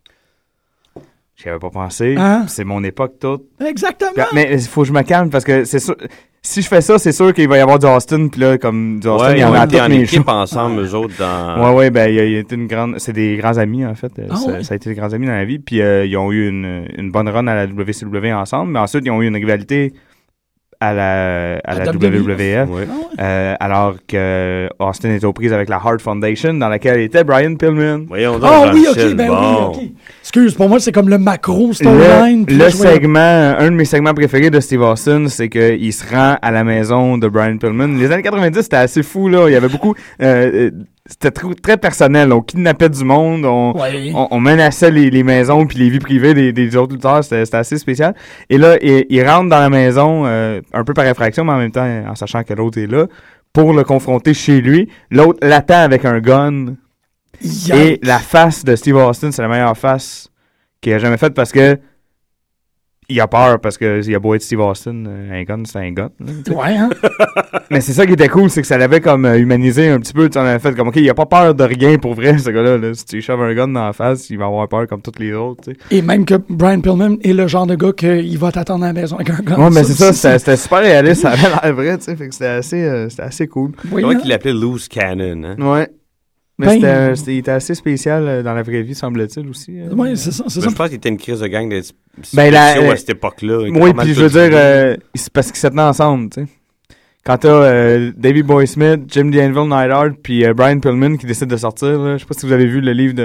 J'y avais pas pensé. Hein? C'est mon époque toute. Exactement. Mais il faut que je me calme parce que c'est sûr. Si je fais ça, c'est sûr qu'il va y avoir du Austin. Puis là, comme du Austin, il y en a en équipe ensemble, eux autres. Ouais, ben, il y a été une grande. C'est des grands amis, en fait. Ça a été des grands amis dans la vie. Puis ils ont eu une bonne run à la WCW ensemble. Mais ensuite, ils ont eu une rivalité à la WWF, alors que Austin était aux prises avec la Hart Foundation, dans laquelle était Brian Pillman. Voyons donc, oui, ok. Excuse, pour moi, c'est comme le macro storyline. Le segment, un de mes segments préférés de Steve Austin, c'est qu'il se rend à la maison de Brian Pillman. Les années 90, c'était assez fou, là. Il y avait beaucoup... c'était très personnel. On kidnappait du monde, on menaçait les maisons puis les vies privées des autres lutteurs. C'était assez spécial. Et là, il rentre dans la maison, un peu par effraction, mais en même temps, en sachant que l'autre est là, pour le confronter chez lui. L'autre l'attend avec un gun. Et la face de Steve Austin, c'est la meilleure face qu'il a jamais faite parce que il a peur parce que il a beau être Steve Austin, un gun, c'est un gun. Ouais, hein? Mais c'est ça qui était cool, c'est que ça l'avait comme humanisé un petit peu. Tu en avais fait comme, OK, il a pas peur de rien pour vrai, ce gars-là. Là. Si tu choves un gun dans la face, il va avoir peur comme tous les autres. Tu sais. Et même que Brian Pillman est le genre de gars qu'il va t'attendre à la maison avec un gun. Ouais, mais c'est ça, c'était super réaliste, ça avait l'air vrai, tu sais. Fait que c'était assez cool. Oui, c'est vrai qu'il l'appelait Loose Cannon, hein? Ouais. Mais il était assez spécial dans la vraie vie, semble-t-il aussi. Oui, c'est ça. Je pense qu'il était une crise de gang à cette époque-là. Oui, puis je veux dire, c'est parce qu'ils s'étaient ensemble, tu sais. Quand t'as Davey Boy Smith, Jim D'Anville Neidhart, puis Brian Pillman qui décide de sortir, là. Je sais pas si vous avez vu le livre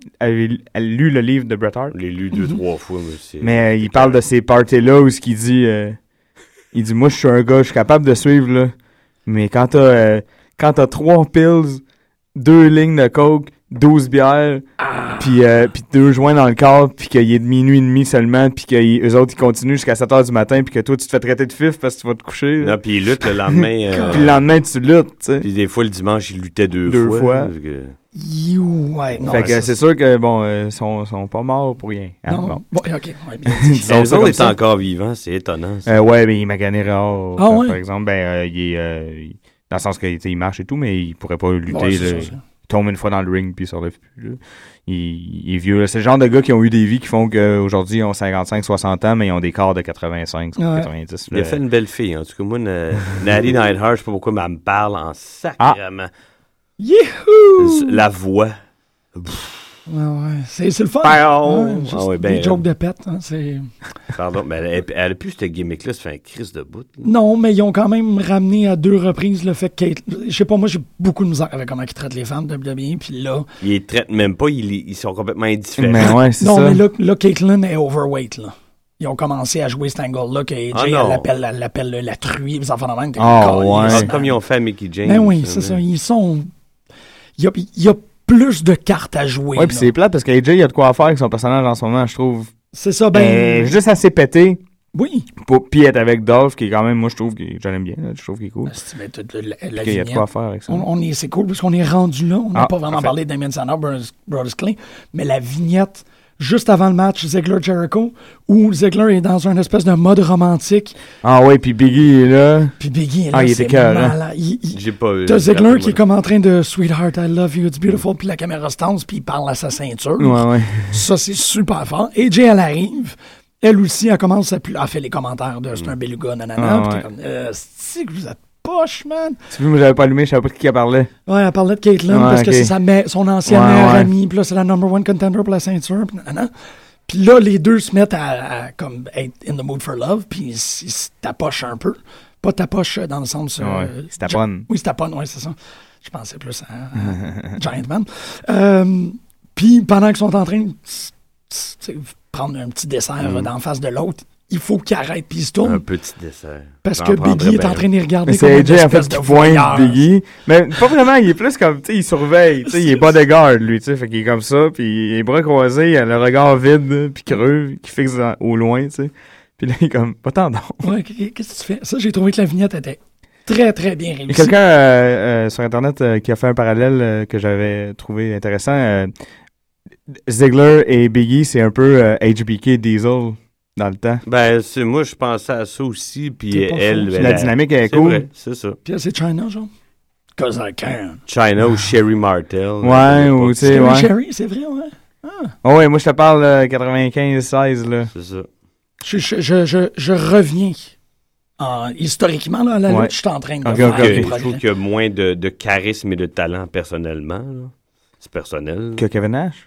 lu le livre de Bret Hart. Je l'ai lu 2-3 fois, monsieur. Mais il parle de ces parties-là où il dit, moi, je suis un gars, je suis capable de suivre, là. Mais quand t'as 3 pills, 2 lignes de coke, 12 bières, puis 2 joints dans le corps, puis qu'il est de minuit et demi seulement, puis qu'eux autres, ils continuent jusqu'à 7h du matin, puis que toi, tu te fais traiter de fif parce que tu vas te coucher. Non, puis ils luttent le lendemain. Puis le lendemain, tu luttes, tu sais. Puis des fois, le dimanche, ils luttaient deux fois. Ouais, non, fait que c'est sûr que, bon, sont pas morts pour rien. Hein, non, bon, OK. Ouais, bien. Les autres étaient encore vivants, c'est étonnant. Ouais, mais il m'a gagné rare. Ouais. Par exemple, il est... dans le sens qu'il marche et tout, mais il pourrait pas lutter. Ouais, Il tombe une fois dans le ring puis il se relève plus. Là. Il est vieux. Là. C'est le genre de gars qui ont eu des vies qui font qu'aujourd'hui ils ont 55-60 ans, mais ils ont des corps de 85, 90. Il a fait une belle fille. En tout cas, moi, Natty Neidhart, je sais pas pourquoi, mais elle me parle en sacrément. Youhou! La voix. Ouais. C'est le fun. Des jokes de pète. Hein, Pardon, mais elle a plus cette gimmick-là, ça fait un crise de bout. Là. Non, mais ils ont quand même ramené à 2 reprises le fait que Kate... Je sais pas, moi, j'ai beaucoup de misère avec comment ils traitent les femmes de WWE, puis là... Ils les traitent même pas, ils sont complètement indifférents. Mais ouais, c'est non, ça. mais là, Caitlyn est overweight, là. Ils ont commencé à jouer cet angle-là, que AJ, elle l'appelle la truie, les enfants de même. Comme ils ont fait à Mickey James. Ben oui, c'est ça. Ils sont... Il y a plus de cartes à jouer. Ouais, puis c'est plate parce qu'AJ, il a de quoi faire avec son personnage en ce moment, je trouve. C'est ça, ben... juste assez pété. Oui. Puis être avec Dolph, qui est quand même, moi, je trouve que je l'aime bien. Là, je trouve qu'il est cool. La il y a de quoi faire avec ça. C'est cool parce qu'on est rendu là. On n'a pas vraiment parlé d'Damien Sandow, Brodus Clay, mais la vignette... juste avant le match Ziggler-Jericho, où Ziggler est dans une espèce de mode romantique. Ah ouais, puis Biggie est là. Puis Biggie est là, il était malade. J'ai pas vu. T'as Ziggler qui est comme en train de « Sweetheart, I love you, it's beautiful », puis la caméra se tense, puis il parle à sa ceinture. Ouais. Ça, c'est super fort. AJ, elle arrive. Elle aussi, elle commence à fait les commentaires de « c'est un beluga, nanana », puis t'es comme « c'est que vous êtes poche, man. » Tu vois, moi, j'avais pas allumé, je savais pas de qui elle parlait. Ouais, elle parlait de Caitlyn, parce que c'est son ancienne meilleure amie, puis là, c'est la number 1 contender pour la ceinture, puis nanana. Puis là, les deux se mettent à comme être in the mood for love, puis ils se tapochent un peu. Pas tapoche dans le sens... c'est taponne. Oui, c'est taponne, oui, c'est ça. Je pensais plus à Giant Man. Puis pendant qu'ils sont en train de prendre un petit dessert d'en face de l'autre, il faut qu'il arrête puis il se tourne. Un petit dessert. Parce que Biggie est en train de les regarder mais comme une c'est AJ, en fait, espèce de qui pointe voyeur. Biggie. Mais pas vraiment, il est plus comme, tu sais, il surveille. Tu sais, il est bodyguard, lui, tu sais. Fait qu'il est comme ça, puis les bras croisés, il a le regard vide, puis creux, qui fixe au loin, tu sais. Puis là, il est comme, pas tant Ouais, qu'est-ce que tu fais? Ça, j'ai trouvé que la vignette était très, très bien réussie. Il y a quelqu'un sur Internet qui a fait un parallèle que j'avais trouvé intéressant. Ziggler et Biggie, c'est un peu HBK Diesel dans le temps. Ben, moi, je pensais à ça aussi, puis elle... La dynamique est cool. Vrai, c'est ça. Puis c'est China, genre? Cause I can. China ou Sherry Martel. Ouais, ou tu sais, ouais. Sherry, c'est vrai, ouais. Oh, ouais, moi, je te parle 95-16, là. C'est ça. Je reviens historiquement, là, à la lutte, je suis en train de faire Je trouve qu'il y a moins de charisme et de talent personnellement. Là. C'est personnel. Que Kevin Nash?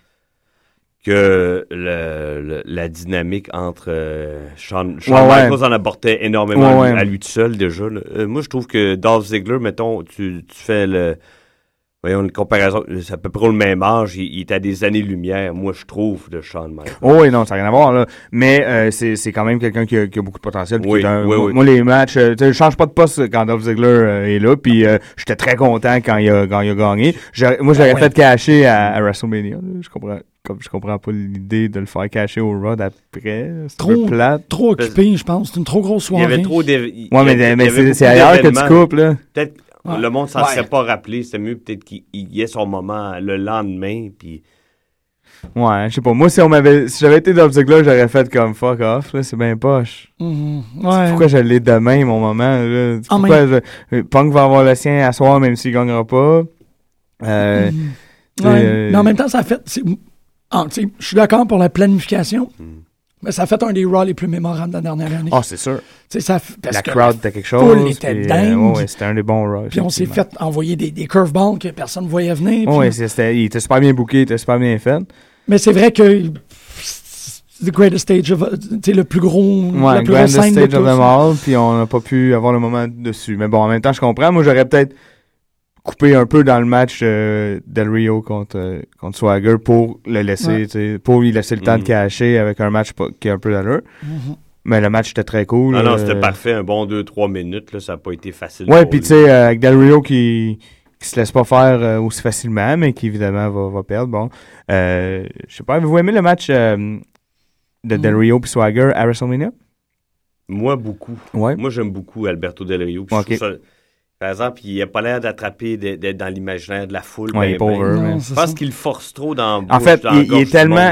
Que la dynamique entre Shawn Michaels en apportait énormément à lui tout seul déjà. Moi, je trouve que Dolph Ziggler, mettons, tu fais une comparaison, c'est à peu près le même âge, il est à des années-lumière, moi, je trouve, de Shawn Michaels. Oh oui, non, ça n'a rien à voir, là. Mais c'est quand même quelqu'un qui a beaucoup de potentiel. Oui. Moi, les matchs, je change pas de poste quand Dolph Ziggler est là, puis j'étais très content quand il a gagné. Moi, j'aurais fait cacher à WrestleMania, là. Je comprends pas l'idée de le faire cacher au Raw d'après. C'est trop plate. Trop occupé, je pense. C'est une trop grosse soirée. Il y avait trop mais c'est ailleurs que tu coupes, là. Peut-être le monde s'en serait pas rappelé. C'est mieux peut-être qu'il y ait son moment le lendemain. Puis... Ouais, je sais pas. Moi, si j'avais été Dolph Ziggler, j'aurais fait comme fuck off. Là, c'est bien poche. Pourquoi je l'ai demain, mon moment? Là? Punk va avoir le sien à soir, même s'il gagnera pas. Mais en même temps, ça fait... je suis d'accord pour la planification, mais ça a fait un des Raw les plus mémorables de la dernière année. Ah, c'est sûr. La crowd était quelque chose. Foule était dingue. C'était un des bons Raw. Puis on s'est fait envoyer des curveballs que personne ne voyait venir. Oui, il était super bien booké, il était super bien fait. Mais c'est vrai que the greatest stage of... le plus gros... Ouais, the greatest stage of them all, puis on n'a pas pu avoir le moment dessus. Mais bon, en même temps, je comprends. Moi, j'aurais peut-être coupé un peu dans le match Del Rio contre Swagger pour le laisser, pour lui laisser le temps de cacher avec un match qui a un peu d'allure. Mais le match était très cool. Non, c'était parfait. Un bon 2-3 minutes. Là, ça n'a pas été facile. Ouais, puis tu sais, avec Del Rio qui se laisse pas faire aussi facilement, mais qui évidemment va perdre. Bon, je sais pas, avez-vous aimé le match de Del Rio puis Swagger à WrestleMania? Moi, beaucoup. Ouais. Moi, j'aime beaucoup Alberto Del Rio. Okay. Par exemple, il n'a pas l'air d'attraper d'être dans l'imaginaire de la foule. Ouais, il est pauvre. Je pense qu'il force trop dans En fait, il est tellement...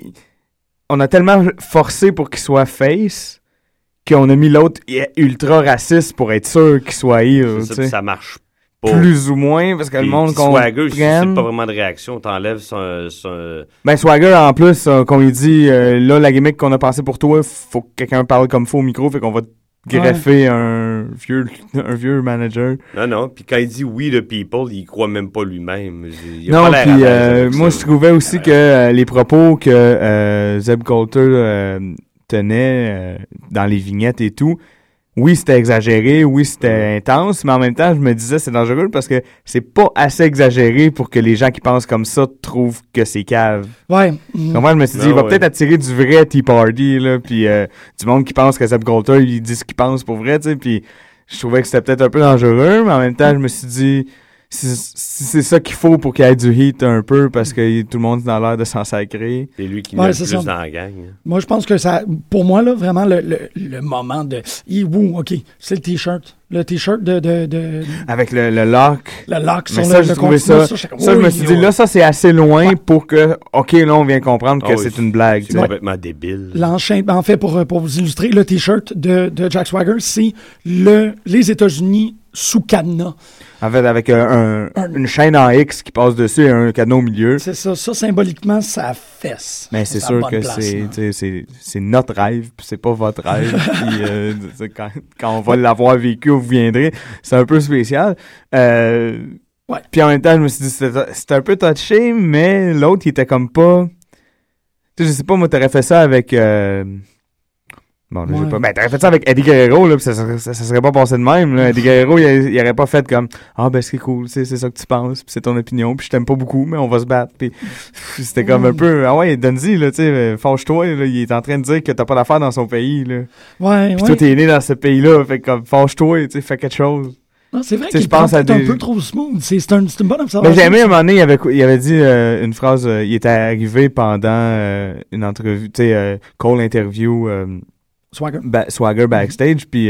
On a tellement forcé pour qu'il soit face qu'on a mis l'autre ultra raciste pour être sûr qu'il soit heel. Ça marche pas. Plus ou moins, parce que le monde qu'on Swagger, si c'est pas vraiment de réaction, t'enlèves son... Ben, Swagger, en plus, qu'on lui dit, là, la gimmick qu'on a passée pour toi, faut que quelqu'un parle comme faut au micro, fait qu'on va greffer un vieux manager. Non, puis quand il dit « we the people », il croit même pas lui-même. Non, puis moi, je trouvais aussi que les propos que Zeb Coulter tenait dans les vignettes et tout, oui, c'était exagéré, oui, c'était intense, mais en même temps, je me disais, c'est dangereux parce que c'est pas assez exagéré pour que les gens qui pensent comme ça trouvent que c'est cave. Ouais. Moi, je me suis dit, il va peut-être attirer du vrai Tea Party, là, puis du monde qui pense que Zeb Coulter, il dit ce qu'il pense pour vrai, tu sais, puis je trouvais que c'était peut-être un peu dangereux, mais en même temps, je me suis dit, si c'est ça qu'il faut pour qu'il y ait du heat un peu, parce que tout le monde est dans l'air de s'en sacrer. C'est lui qui met le plus dans la gang. Moi, je pense que ça, pour moi, là, vraiment, le moment de... OK, c'est le T-shirt. Le T-shirt de... Avec le lock. Le lock sur ça, j'ai trouvé ça. Je me suis dit, là, ça, c'est assez loin pour que... OK, là, on vient comprendre que c'est une blague. C'est complètement débile. En fait, pour vous illustrer, le T-shirt de Jack Swagger, c'est les États-Unis sous cadenas. En fait, avec une chaîne en X qui passe dessus et un cadenas au milieu. C'est ça. Ça, symboliquement, ça fesse. Mais c'est sûr que c'est notre rêve, puis c'est pas votre rêve. Puis, quand on va l'avoir vécu, vous viendrez. C'est un peu spécial. Ouais. Puis en même temps, je me suis dit, c'était un peu touché, mais l'autre, il était comme pas... Tu sais, je sais pas, moi, t'aurais fait ça avec... Bon, je sais pas. Ben, t'aurais fait ça avec Eddie Guerrero, là, pis ça serait pas passé de même, là. Eddie Guerrero, il aurait pas fait comme, ben, c'est cool, c'est ça que tu penses, pis c'est ton opinion, pis je t'aime pas beaucoup, mais on va se battre, pis c'était comme un peu, Donzi, là, tu sais, fâche-toi, là, il est en train de dire que t'as pas d'affaires dans son pays, là. Ouais, pis toi, t'es né dans ce pays-là, fait comme, fâche-toi, tu sais, fais quelque chose. Non, c'est vrai qu'il pense un peu trop smooth. C'est une bonne observation. Mais j'ai aimé, à un moment donné, il avait dit une phrase, il était arrivé pendant une entrevue, tu sais, Cole interview, Swagger backstage, puis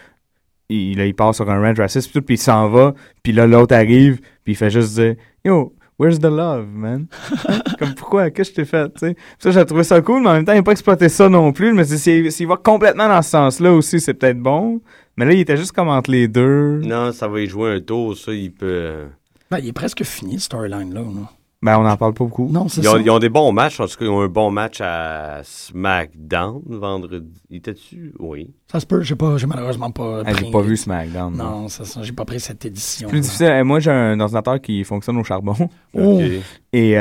il passe sur un rant raciste, puis il s'en va, puis là, l'autre arrive, puis il fait juste dire « Yo, where's the love, man? » Comme, pourquoi? Qu'est-ce que je t'ai fait, tu sais? Ça, j'ai trouvé ça cool, mais en même temps, il n'a pas exploité ça non plus. Je me suis dit, s'il va complètement dans ce sens-là aussi, c'est peut-être bon. Mais là, il était juste comme entre les deux. Non, ça va y jouer un tour, ça, il peut... Ben, il est presque fini, ce storyline-là, là. Ben, on n'en parle pas beaucoup. Non, c'est ça. Ils ont des bons matchs. En tout cas, ils ont un bon match à SmackDown vendredi. Il était dessus? Oui. Ça se peut. J'ai malheureusement pas pris... J'ai pas vu SmackDown. Non, c'est ça. J'ai pas pris cette édition. C'est plus difficile. Moi, j'ai un ordinateur qui fonctionne au charbon. Oh. Et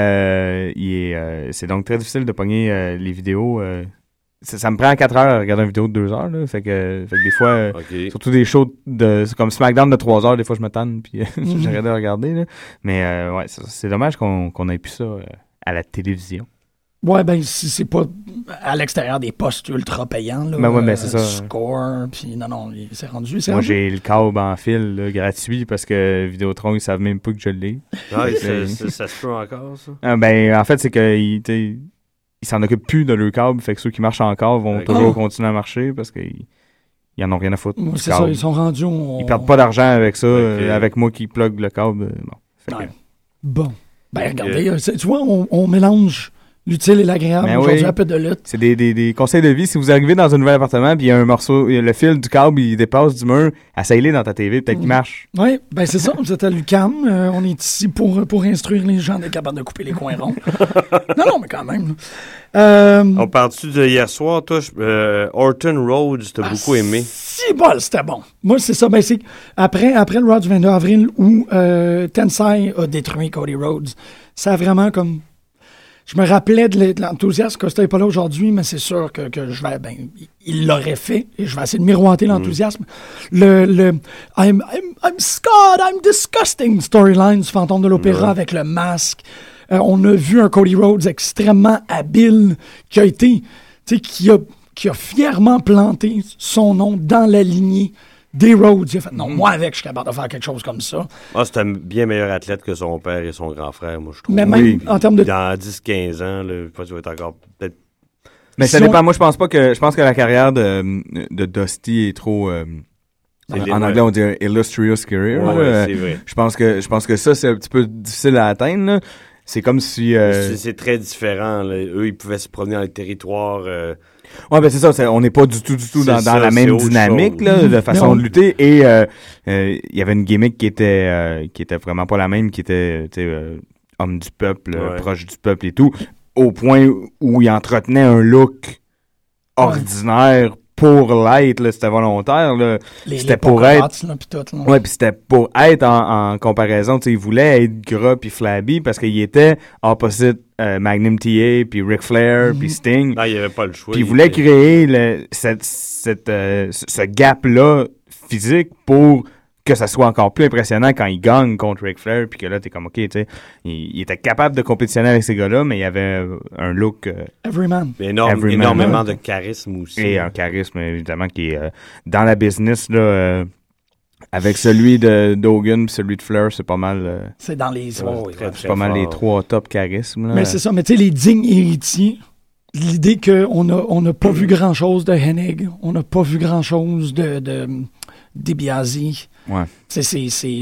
c'est donc très difficile de pogner les vidéos... Ça me prend 4 heures à regarder une vidéo de 2 heures, là. Fait que des fois, surtout des shows comme SmackDown de 3 heures, des fois je me tanne, puis j'arrête de regarder, là. Mais ouais, c'est dommage qu'on ait plus ça à la télévision. Ouais, ben, si c'est pas à l'extérieur des postes ultra payants, là. Ben ouais, ben c'est ça. Score, puis non, c'est rendu. Moi, j'ai le câble en fil, là, gratuit, parce que Vidéotron, ils savent même pas que je l'ai. Ah, ça se peut encore, ça? Ben, en fait, c'est que ils s'en occupent plus de leur câble, fait que ceux qui marchent encore vont toujours continuer à marcher parce qu'ils en ont rien à foutre. C'est ça, ils sont rendus... Ils perdent pas d'argent avec ça, avec moi qui plug le câble. Bon. Ben, regardez, tu vois, on mélange l'utile et l'agréable aujourd'hui à peu de lutte. C'est des conseils de vie. Si vous arrivez dans un nouvel appartement puis il y a un morceau, le fil du câble, il dépasse du mur, essaye-le dans ta TV, peut-être qu'il marche. Oui, ben c'est ça. Vous êtes à l'UQAM. On est ici pour instruire les gens d'être capables de couper les coins ronds. non, mais quand même. On parle-tu de hier soir, toi? Orton Rhodes, t'as beaucoup aimé. Si bol, c'était bon. Moi, c'est ça. Ben, c'est après le Raw du 22 avril où Tensai a détruit Cody Rhodes, ça a vraiment comme... Je me rappelais de l'enthousiasme. Costa n'est pas là aujourd'hui, mais c'est sûr que je vais... Ben, il l'aurait fait et je vais essayer de miroiter l'enthousiasme. I'm Scott, I'm disgusting storyline du fantôme de l'opéra avec le masque. On a vu un Cody Rhodes extrêmement habile qui a qui a fièrement planté son nom dans la lignée des Rhodes. Il a fait, non, moi avec, je suis capable de faire quelque chose comme ça. C'est un bien meilleur athlète que son père et son grand frère, moi, je trouve. Mais même en termes de... Dans 10-15 ans, là, je pense qu'il va être encore peut-être... Mais ça dépend. Moi, je pense que la carrière de Dusty est trop... en anglais, on dit illustrious career. C'est vrai. Je pense que ça, c'est un petit peu difficile à atteindre, là. C'est comme si... C'est très différent, là. Eux, ils pouvaient se promener dans les territoires... Ouais, ben c'est ça. On n'est pas du tout dans la même dynamique, là, de façon de lutter. Et il y avait une gimmick qui était vraiment pas la même, qui était homme du peuple, proche du peuple et tout, au point où il entretenait un look ordinaire pour l'être, là, c'était volontaire, là. C'était pour être... Ouais, puis c'était pour être en comparaison, tu sais, il voulait être gras puis flabby parce qu'il était opposite Magnum TA, puis Ric Flair, puis Sting. Non, il n'y avait pas le choix. Puis il voulait créer ce gap-là physique pour que ça soit encore plus impressionnant quand il gagne contre Ric Flair, puis que là, t'es comme, OK, tu sais, il était capable de compétitionner avec ces gars-là, mais il avait un look... Everyman. Énormément de charisme aussi. Et un charisme, évidemment, qui est dans la business, là... avec celui de Hogan et celui de Flair, c'est pas mal... c'est dans les... c'est pas mal les 3 top charismes. Là. Mais c'est ça, mais tu sais, les dignes héritiers, l'idée qu'on n'a pas vu grand-chose de Hennig, on n'a pas vu grand-chose de DiBiase. Ouais. C'est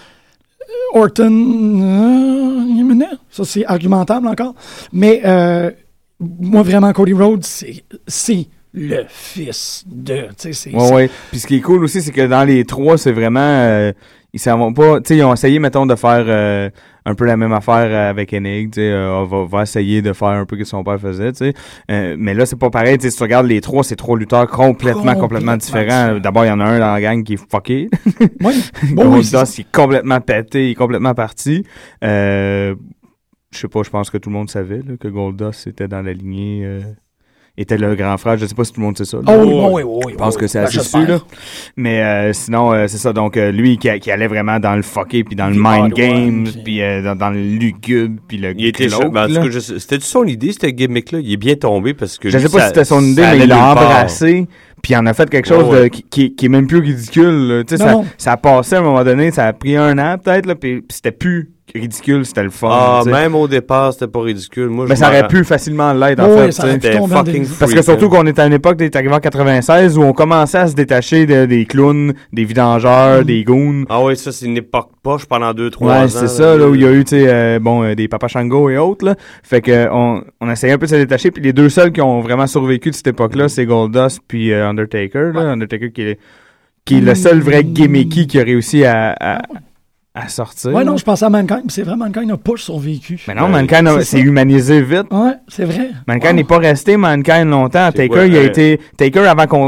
Orton, ça c'est argumentable encore. Mais moi, vraiment, Cody Rhodes, c'est le fils de... Oui. Puis ce qui est cool aussi, c'est que dans les 3, c'est vraiment... ils s'en vont pas... Tu sais, ils ont essayé, mettons, de faire un peu la même affaire avec Hennig. Tu sais, on va essayer de faire un peu ce que son père faisait, tu sais. Mais là, c'est pas pareil. Tu sais, si tu regardes les 3, c'est 3 lutteurs complètement différents. D'abord, il y en a un dans la gang qui est fucké. Oui. Goldust, il est complètement pété, il est complètement parti. Je sais pas, je pense que tout le monde savait là, que Goldust était dans la lignée... était le grand frère. Je sais pas si tout le monde sait ça. Oui. Je pense que c'est assez su, là. Mais sinon, c'est ça. Donc, lui qui allait vraiment dans le fucké, puis dans le mind game, puis dans le lugubre, puis le glauque. C'était-tu son idée, cette gimmick-là? Il est bien tombé parce que... Je sais pas si c'était son idée, mais il l'a embrassé, puis il en a fait quelque chose qui est même plus ridicule. Tu sais, ça a passé à un moment donné, ça a pris un an peut-être, là, puis c'était plus... ridicule, c'était le fun. Même au départ, c'était pas ridicule. Moi, mais ça aurait pu facilement l'être, en fait. C'était fucking freak. Parce que surtout qu'on était à une époque, t'es arrivé en 96, où on commençait à se détacher des clowns, des vidangeurs, des goons. Ah oui, ça, c'est une époque poche pendant 2-3 ans. Ouais, c'est ça, là, où il y a eu, tu sais, des Papa Shango et autres, là. Fait que, on essayait un peu de se détacher, puis les deux seuls qui ont vraiment survécu de cette époque-là, c'est Goldust puis Undertaker, là. Undertaker qui est le seul vrai gimmicky qui a réussi à sortir. Ouais, non, je pensais à Mankind, mais c'est vrai, Mankind n'a pas survécu. Mais non, Mankind s'est humanisé vite. Ouais, c'est vrai. Mankind n'est pas resté Mankind longtemps. Taker, il a été... Taker,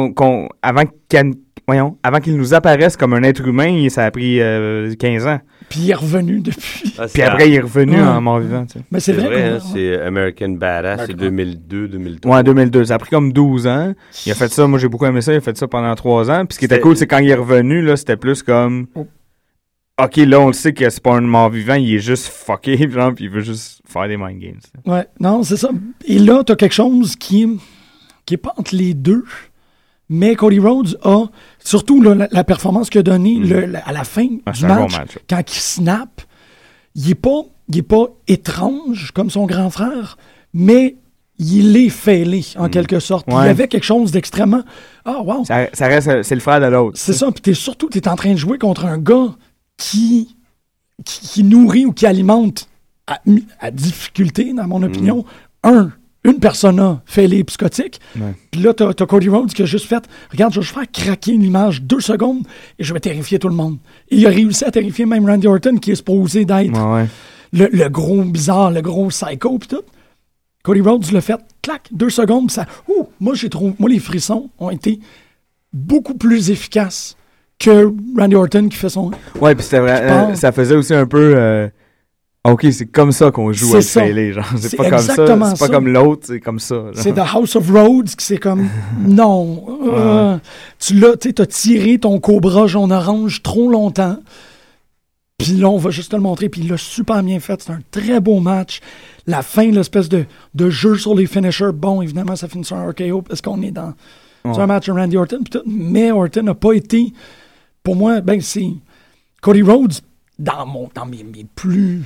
avant qu'il nous apparaisse comme un être humain, ça a pris 15 ans. Puis il est revenu depuis. Puis après, il est revenu en mort-vivant. Tu sais. Mais c'est vrai. C'est American Badass, c'est 2002-2003. Ouais, 2002. Ça a pris comme 12 ans. Il a fait ça, moi j'ai beaucoup aimé ça, il a fait ça pendant 3 ans. Puis ce qui était cool, c'est quand il est revenu, là, c'était plus comme... OK, là, on le sait que c'est pas un mort-vivant, il est juste fucké, genre, puis il veut juste faire des mind games. Ouais, non, c'est ça. Et là, t'as quelque chose qui est pas entre les deux, mais Cody Rhodes a, surtout là, la performance qu'il a donnée à la fin du match, quand il snap, il est pas étrange comme son grand frère, mais il est fêlé, en quelque sorte. Ouais. Il y avait quelque chose d'extrêmement... Ah, wow! Ça reste... C'est le frère de l'autre. C'est ça, puis t'es en train de jouer contre un gars qui nourrit ou qui alimente à difficulté, dans mon opinion, une persona fêlée psychotique. Ouais. Puis là, t'as Cody Rhodes qui a juste fait « Regarde, je vais juste faire craquer une image 2 secondes et je vais terrifier tout le monde. » Et il a réussi à terrifier même Randy Orton, qui est supposé d'être le gros bizarre, le gros psycho, puis tout. Cody Rhodes l'a fait, clac, 2 secondes, ça... Moi, les frissons ont été beaucoup plus efficaces que Randy Orton qui fait son... Ouais, puis c'était vrai, ça faisait aussi un peu... OK, c'est comme ça qu'on joue à fêler, genre. C'est pas comme ça. C'est pas comme l'autre, c'est comme ça. Genre. C'est The House of Rhodes qui c'est comme... non. T'as tiré ton cobra jaune-orange trop longtemps. Puis là, on va juste te le montrer. Puis il l'a super bien fait. C'est un très beau match. la fin, l'espèce de jeu sur les finishers, bon, évidemment, ça finit sur un RKO parce qu'on est dans un match de Randy Orton. Mais Orton n'a pas été, pour moi, c'est Cody Rhodes, dans mes plus...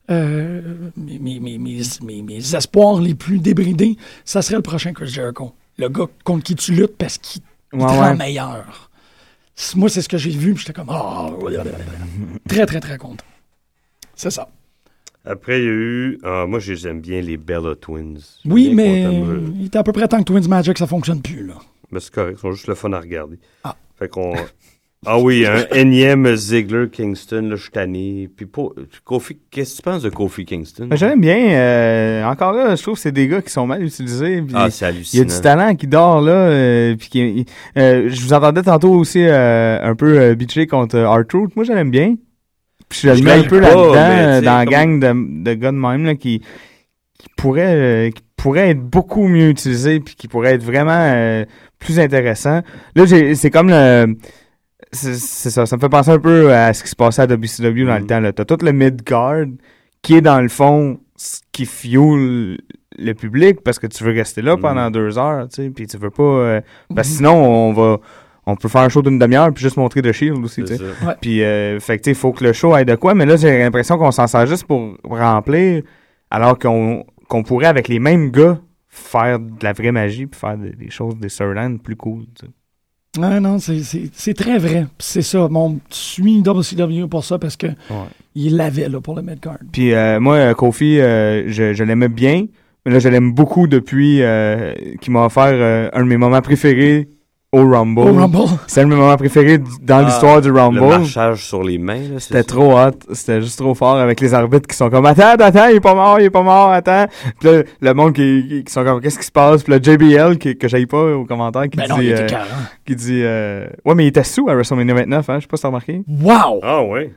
mes espoirs les plus débridés, ça serait le prochain Chris Jericho. Le gars contre qui tu luttes parce qu'il te rend meilleur. Moi, c'est ce que j'ai vu, puis j'étais comme très, très, très content. C'est ça. Après, il y a eu... moi, je les aime bien, les Bella Twins. Oui, mais il était à peu près temps que Twins Magic, ça fonctionne plus, là. Mais c'est correct, ils sont juste le fun à regarder. Fait qu'on... Ah oui, un énième Ziggler-Kingston, là, je suis tanné. Puis Kofi, qu'est-ce que tu penses de Kofi Kingston? J'aime bien. Encore là, je trouve que c'est des gars qui sont mal utilisés. C'est hallucinant. Il y a du talent qui dort là. Je vous entendais tantôt aussi un peu bitcher contre R-Truth. Moi, je l'aime bien. Puis je le mets un peu là-dedans, dans la gang de gars de même là, qui pourrait être beaucoup mieux utilisé puis qui pourrait être vraiment plus intéressant. Là, c'est comme le... C'est ça me fait penser un peu à ce qui se passait à WCW dans le temps. Là. T'as tout le mid-card qui est dans le fond ce qui fuel le public parce que tu veux rester là pendant 2 heures, tu sais, puis tu veux pas... parce que sinon, on peut faire un show d'une demi-heure puis juste montrer The Shield aussi, tu sais. Ouais. Puis, fait que tu sais, il faut que le show aille de quoi, mais là, j'ai l'impression qu'on s'en sert juste pour remplir, alors qu'on pourrait, avec les mêmes gars, faire de la vraie magie puis faire des choses, des storylines plus cool, tu sais. Non, c'est très vrai. C'est ça. Tu suis WCW pour ça parce que il l'avait là, pour le mid-card. Puis moi, Kofi, je l'aimais bien. Mais là, je l'aime beaucoup depuis qu'il m'a offert un de mes moments préférés au Rumble. C'est un de mes moments préférés dans l'histoire du Rumble. Le marchage sur les mains, là, c'était trop hot. C'était juste trop fort avec les arbitres qui sont comme attends, il est pas mort, attends. Puis là, le monde qui sont comme qu'est-ce qui se passe? Puis là, JBL que j'aille pas aux commentaires qui dit ouais, mais il était sous à WrestleMania 29, hein, je sais pas si t'as remarqué. Wow! Ah ouais.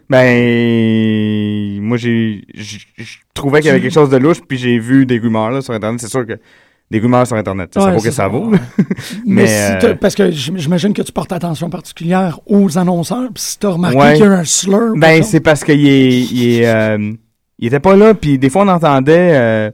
Moi je trouvais qu'il y avait quelque chose de louche, puis j'ai vu des rumeurs là sur internet, c'est sûr que des rumeurs sur Internet, ça vaut que ça vaut. Mais parce que j'imagine que tu portes attention particulière aux annonceurs, puis si tu as remarqué qu'il y a un slur... c'est parce qu'il il était pas là, puis des fois on entendait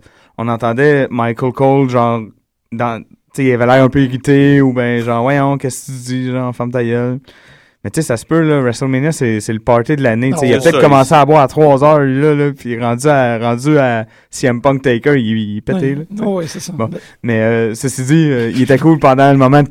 Michael Cole, genre, tu sais, il avait l'air un peu irrité, ou ben genre, voyons, qu'est-ce que tu dis, genre, ferme ta gueule. Mais tu sais, ça se peut, là, WrestleMania, c'est le party de l'année. Il a peut-être commencé à boire à 3 heures, là, puis rendu à CM Punk Taker, il pétait, là. Oui, c'est ça. Bon. Mais ceci dit, il était cool pendant le moment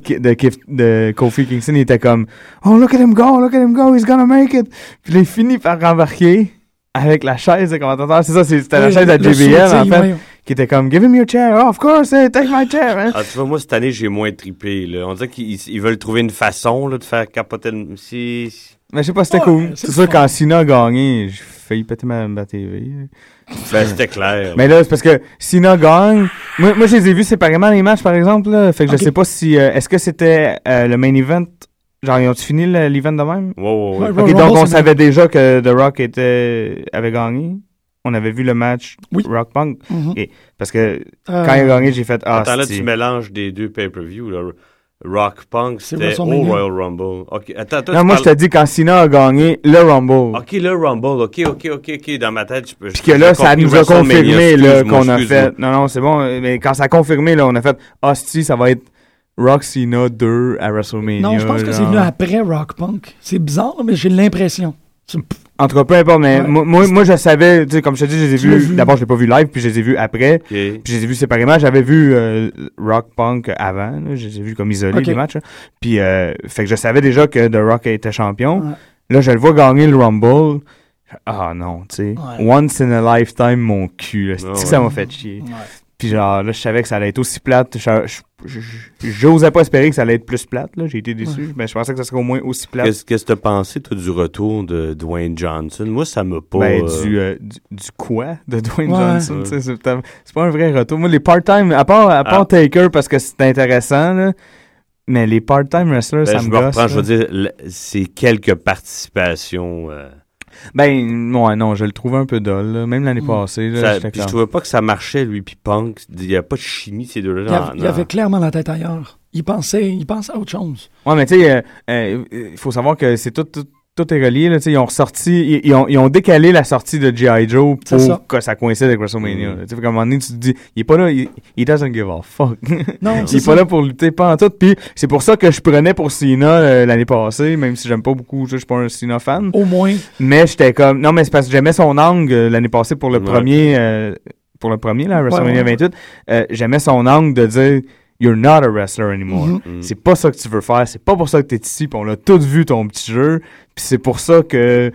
de Kofi Kingston, il était comme « Oh, look at him go, he's gonna make it! » Puis il finit par rembarquer avec la chaise de commentateur. C'est ça, c'était la chaise de JBL, en fait. Qui était comme, give him your chair. Oh, of course, take my chair. Hein? Tu vois, moi, cette année, j'ai moins trippé. Là. On dirait qu'ils veulent trouver une façon là, de faire capoter le... Mais je sais pas, c'était cool. C'est sûr, quand Cena a gagné, j'ai failli péter ma TV. C'était clair. Mais là, c'est parce que Cena gagne. Moi, je les ai vus séparément, les matchs, par exemple. Là. Fait que je sais pas si... est-ce que c'était le main event? Genre, ils ont-tu fini l'event de même? Ouais. Ok, donc on savait déjà que The Rock avait gagné. On avait vu le match Rock Punk. Et parce que quand il a gagné, j'ai fait attends, là, tu mélanges des deux pay-per-view. Là. Rock Punk, c'était au Royal Rumble. Okay. Attends, non, moi, je te dis quand Cena a gagné le Rumble. OK, le Rumble. OK. Dans ma tête, puis que là, ça nous a confirmé là, qu'on a fait... Non, c'est bon. Mais quand ça a confirmé, là, on a fait hostie, ça va être Rock Cena 2 à WrestleMania. Non, je pense que c'est venu après Rock Punk. C'est bizarre, mais j'ai l'impression. En tout cas, peu importe, mais moi je savais, tu sais, comme je te dis, je les ai vus, d'abord je l'ai pas vu live, puis je les ai vus après, puis je les ai vus séparément. J'avais vu Rock Punk avant, là, je les ai vus comme isolés, les matchs, là. Puis fait que je savais déjà que The Rock était champion. Ouais. Là, je le vois gagner le Rumble. Ah non, tu sais, once in a lifetime, mon cul, là. C'est que ça m'a fait chier. Ouais. Puis genre, là, je savais que ça allait être aussi plate. J'osais pas espérer que ça allait être plus plate, là. J'ai été déçu. Mais je pensais que ça serait au moins aussi plate. Qu'est-ce que t'as pensé, toi, du retour de Dwayne Johnson? Moi, ça m'a pas... du quoi de Dwayne Johnson? C'est pas un vrai retour. Moi, les part-time, à part Taker, parce que c'est intéressant, là, mais les part-time wrestlers, ça me gosse. Je veux dire, c'est quelques participations... non, je le trouvais un peu dol, là. Même l'année passée. Là, je trouvais pas que ça marchait, lui, puis Punk. Il n'y a pas de chimie, ces deux-là. Il avait clairement la tête ailleurs. Il pensait à autre chose. Ouais, mais tu sais, il faut savoir que c'est tout tout est relié. Là, ils ont ressorti, ils ont décalé la sortie de G.I. Joe pour que ça coïncide avec WrestleMania. Tu sais, à un moment donné, tu te dis, il est pas là, il doesn't give a fuck. Non, il est pas là pour lutter, pas en tout. Puis c'est pour ça que je prenais pour Cena l'année passée, même si j'aime pas beaucoup, je suis pas un Cena fan. Au moins. Mais j'étais comme, non, mais c'est parce que j'aimais son angle l'année passée pour le premier, là, WrestleMania 28. J'aimais son angle de dire, you're not a wrestler anymore. C'est pas ça que tu veux faire. C'est pas pour ça que t'es ici. Puis on a tous vu ton petit jeu. Puis c'est pour ça que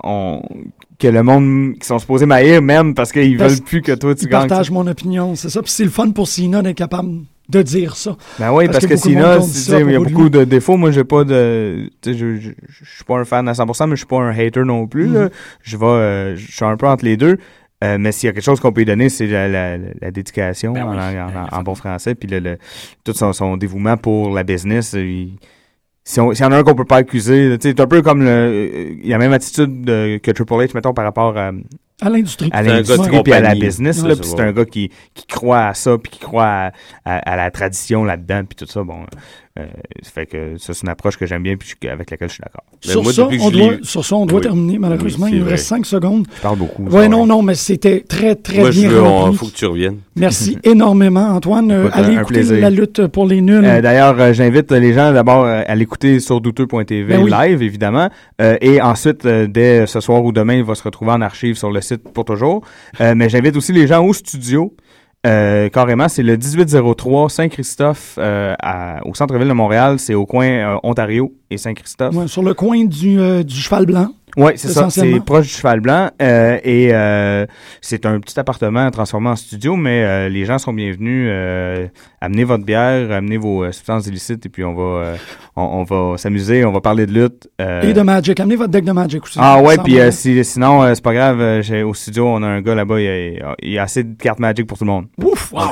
le monde qui sont supposés m'haïr même parce qu'ils veulent plus que toi tu gagnes. Je partage mon opinion, c'est ça. Puis c'est le fun pour Cena d'être capable de dire ça. Ben oui, parce que Cena, il y a beaucoup de défauts. Moi, j'ai pas de... Je suis pas un fan à 100%, mais je suis pas un hater non plus. Là. Je suis un peu entre les deux. Mais s'il y a quelque chose qu'on peut lui donner, c'est la dédication en bon français, puis tout son dévouement pour la business. S'il y en a un qu'on peut pas accuser, c'est un peu comme il y a la même attitude que Triple H, mettons, par rapport à l'industrie. À l'industrie puis à la business. Là, puis c'est un gars qui croit à ça, puis qui croit à la tradition là-dedans, puis tout ça. Bon, ça fait que ça, c'est une approche que j'aime bien, puis avec laquelle je suis d'accord. Sur ça, on doit terminer, malheureusement. Il nous reste 5 secondes. Je parle beaucoup. Oui, non, mais c'était très, très bien rempli. Il faut que tu reviennes. Merci énormément, Antoine. Allez écouter la lutte pour les nuls. D'ailleurs, j'invite les gens d'abord à l'écouter sur douteux.tv live, évidemment. Et ensuite, dès ce soir ou demain, il va se retrouver en archive sur le site pour toujours. Mais j'invite aussi les gens au studio. Carrément, c'est le 1803 Saint-Christophe au centre-ville de Montréal. C'est au coin Ontario et Saint-Christophe. Ouais, sur le coin du Cheval Blanc. Oui, c'est ça. C'est proche du Cheval Blanc. Et c'est un petit appartement transformé en studio, mais les gens sont bienvenus. Amenez votre bière, amenez vos substances illicites, et puis on va s'amuser, on va parler de lutte. Et de Magic. Amenez votre deck de Magic aussi. Ah ouais, puis sinon, c'est pas grave. Au studio, on a un gars là-bas, il y a assez de cartes Magic pour tout le monde. Ouf! Wow.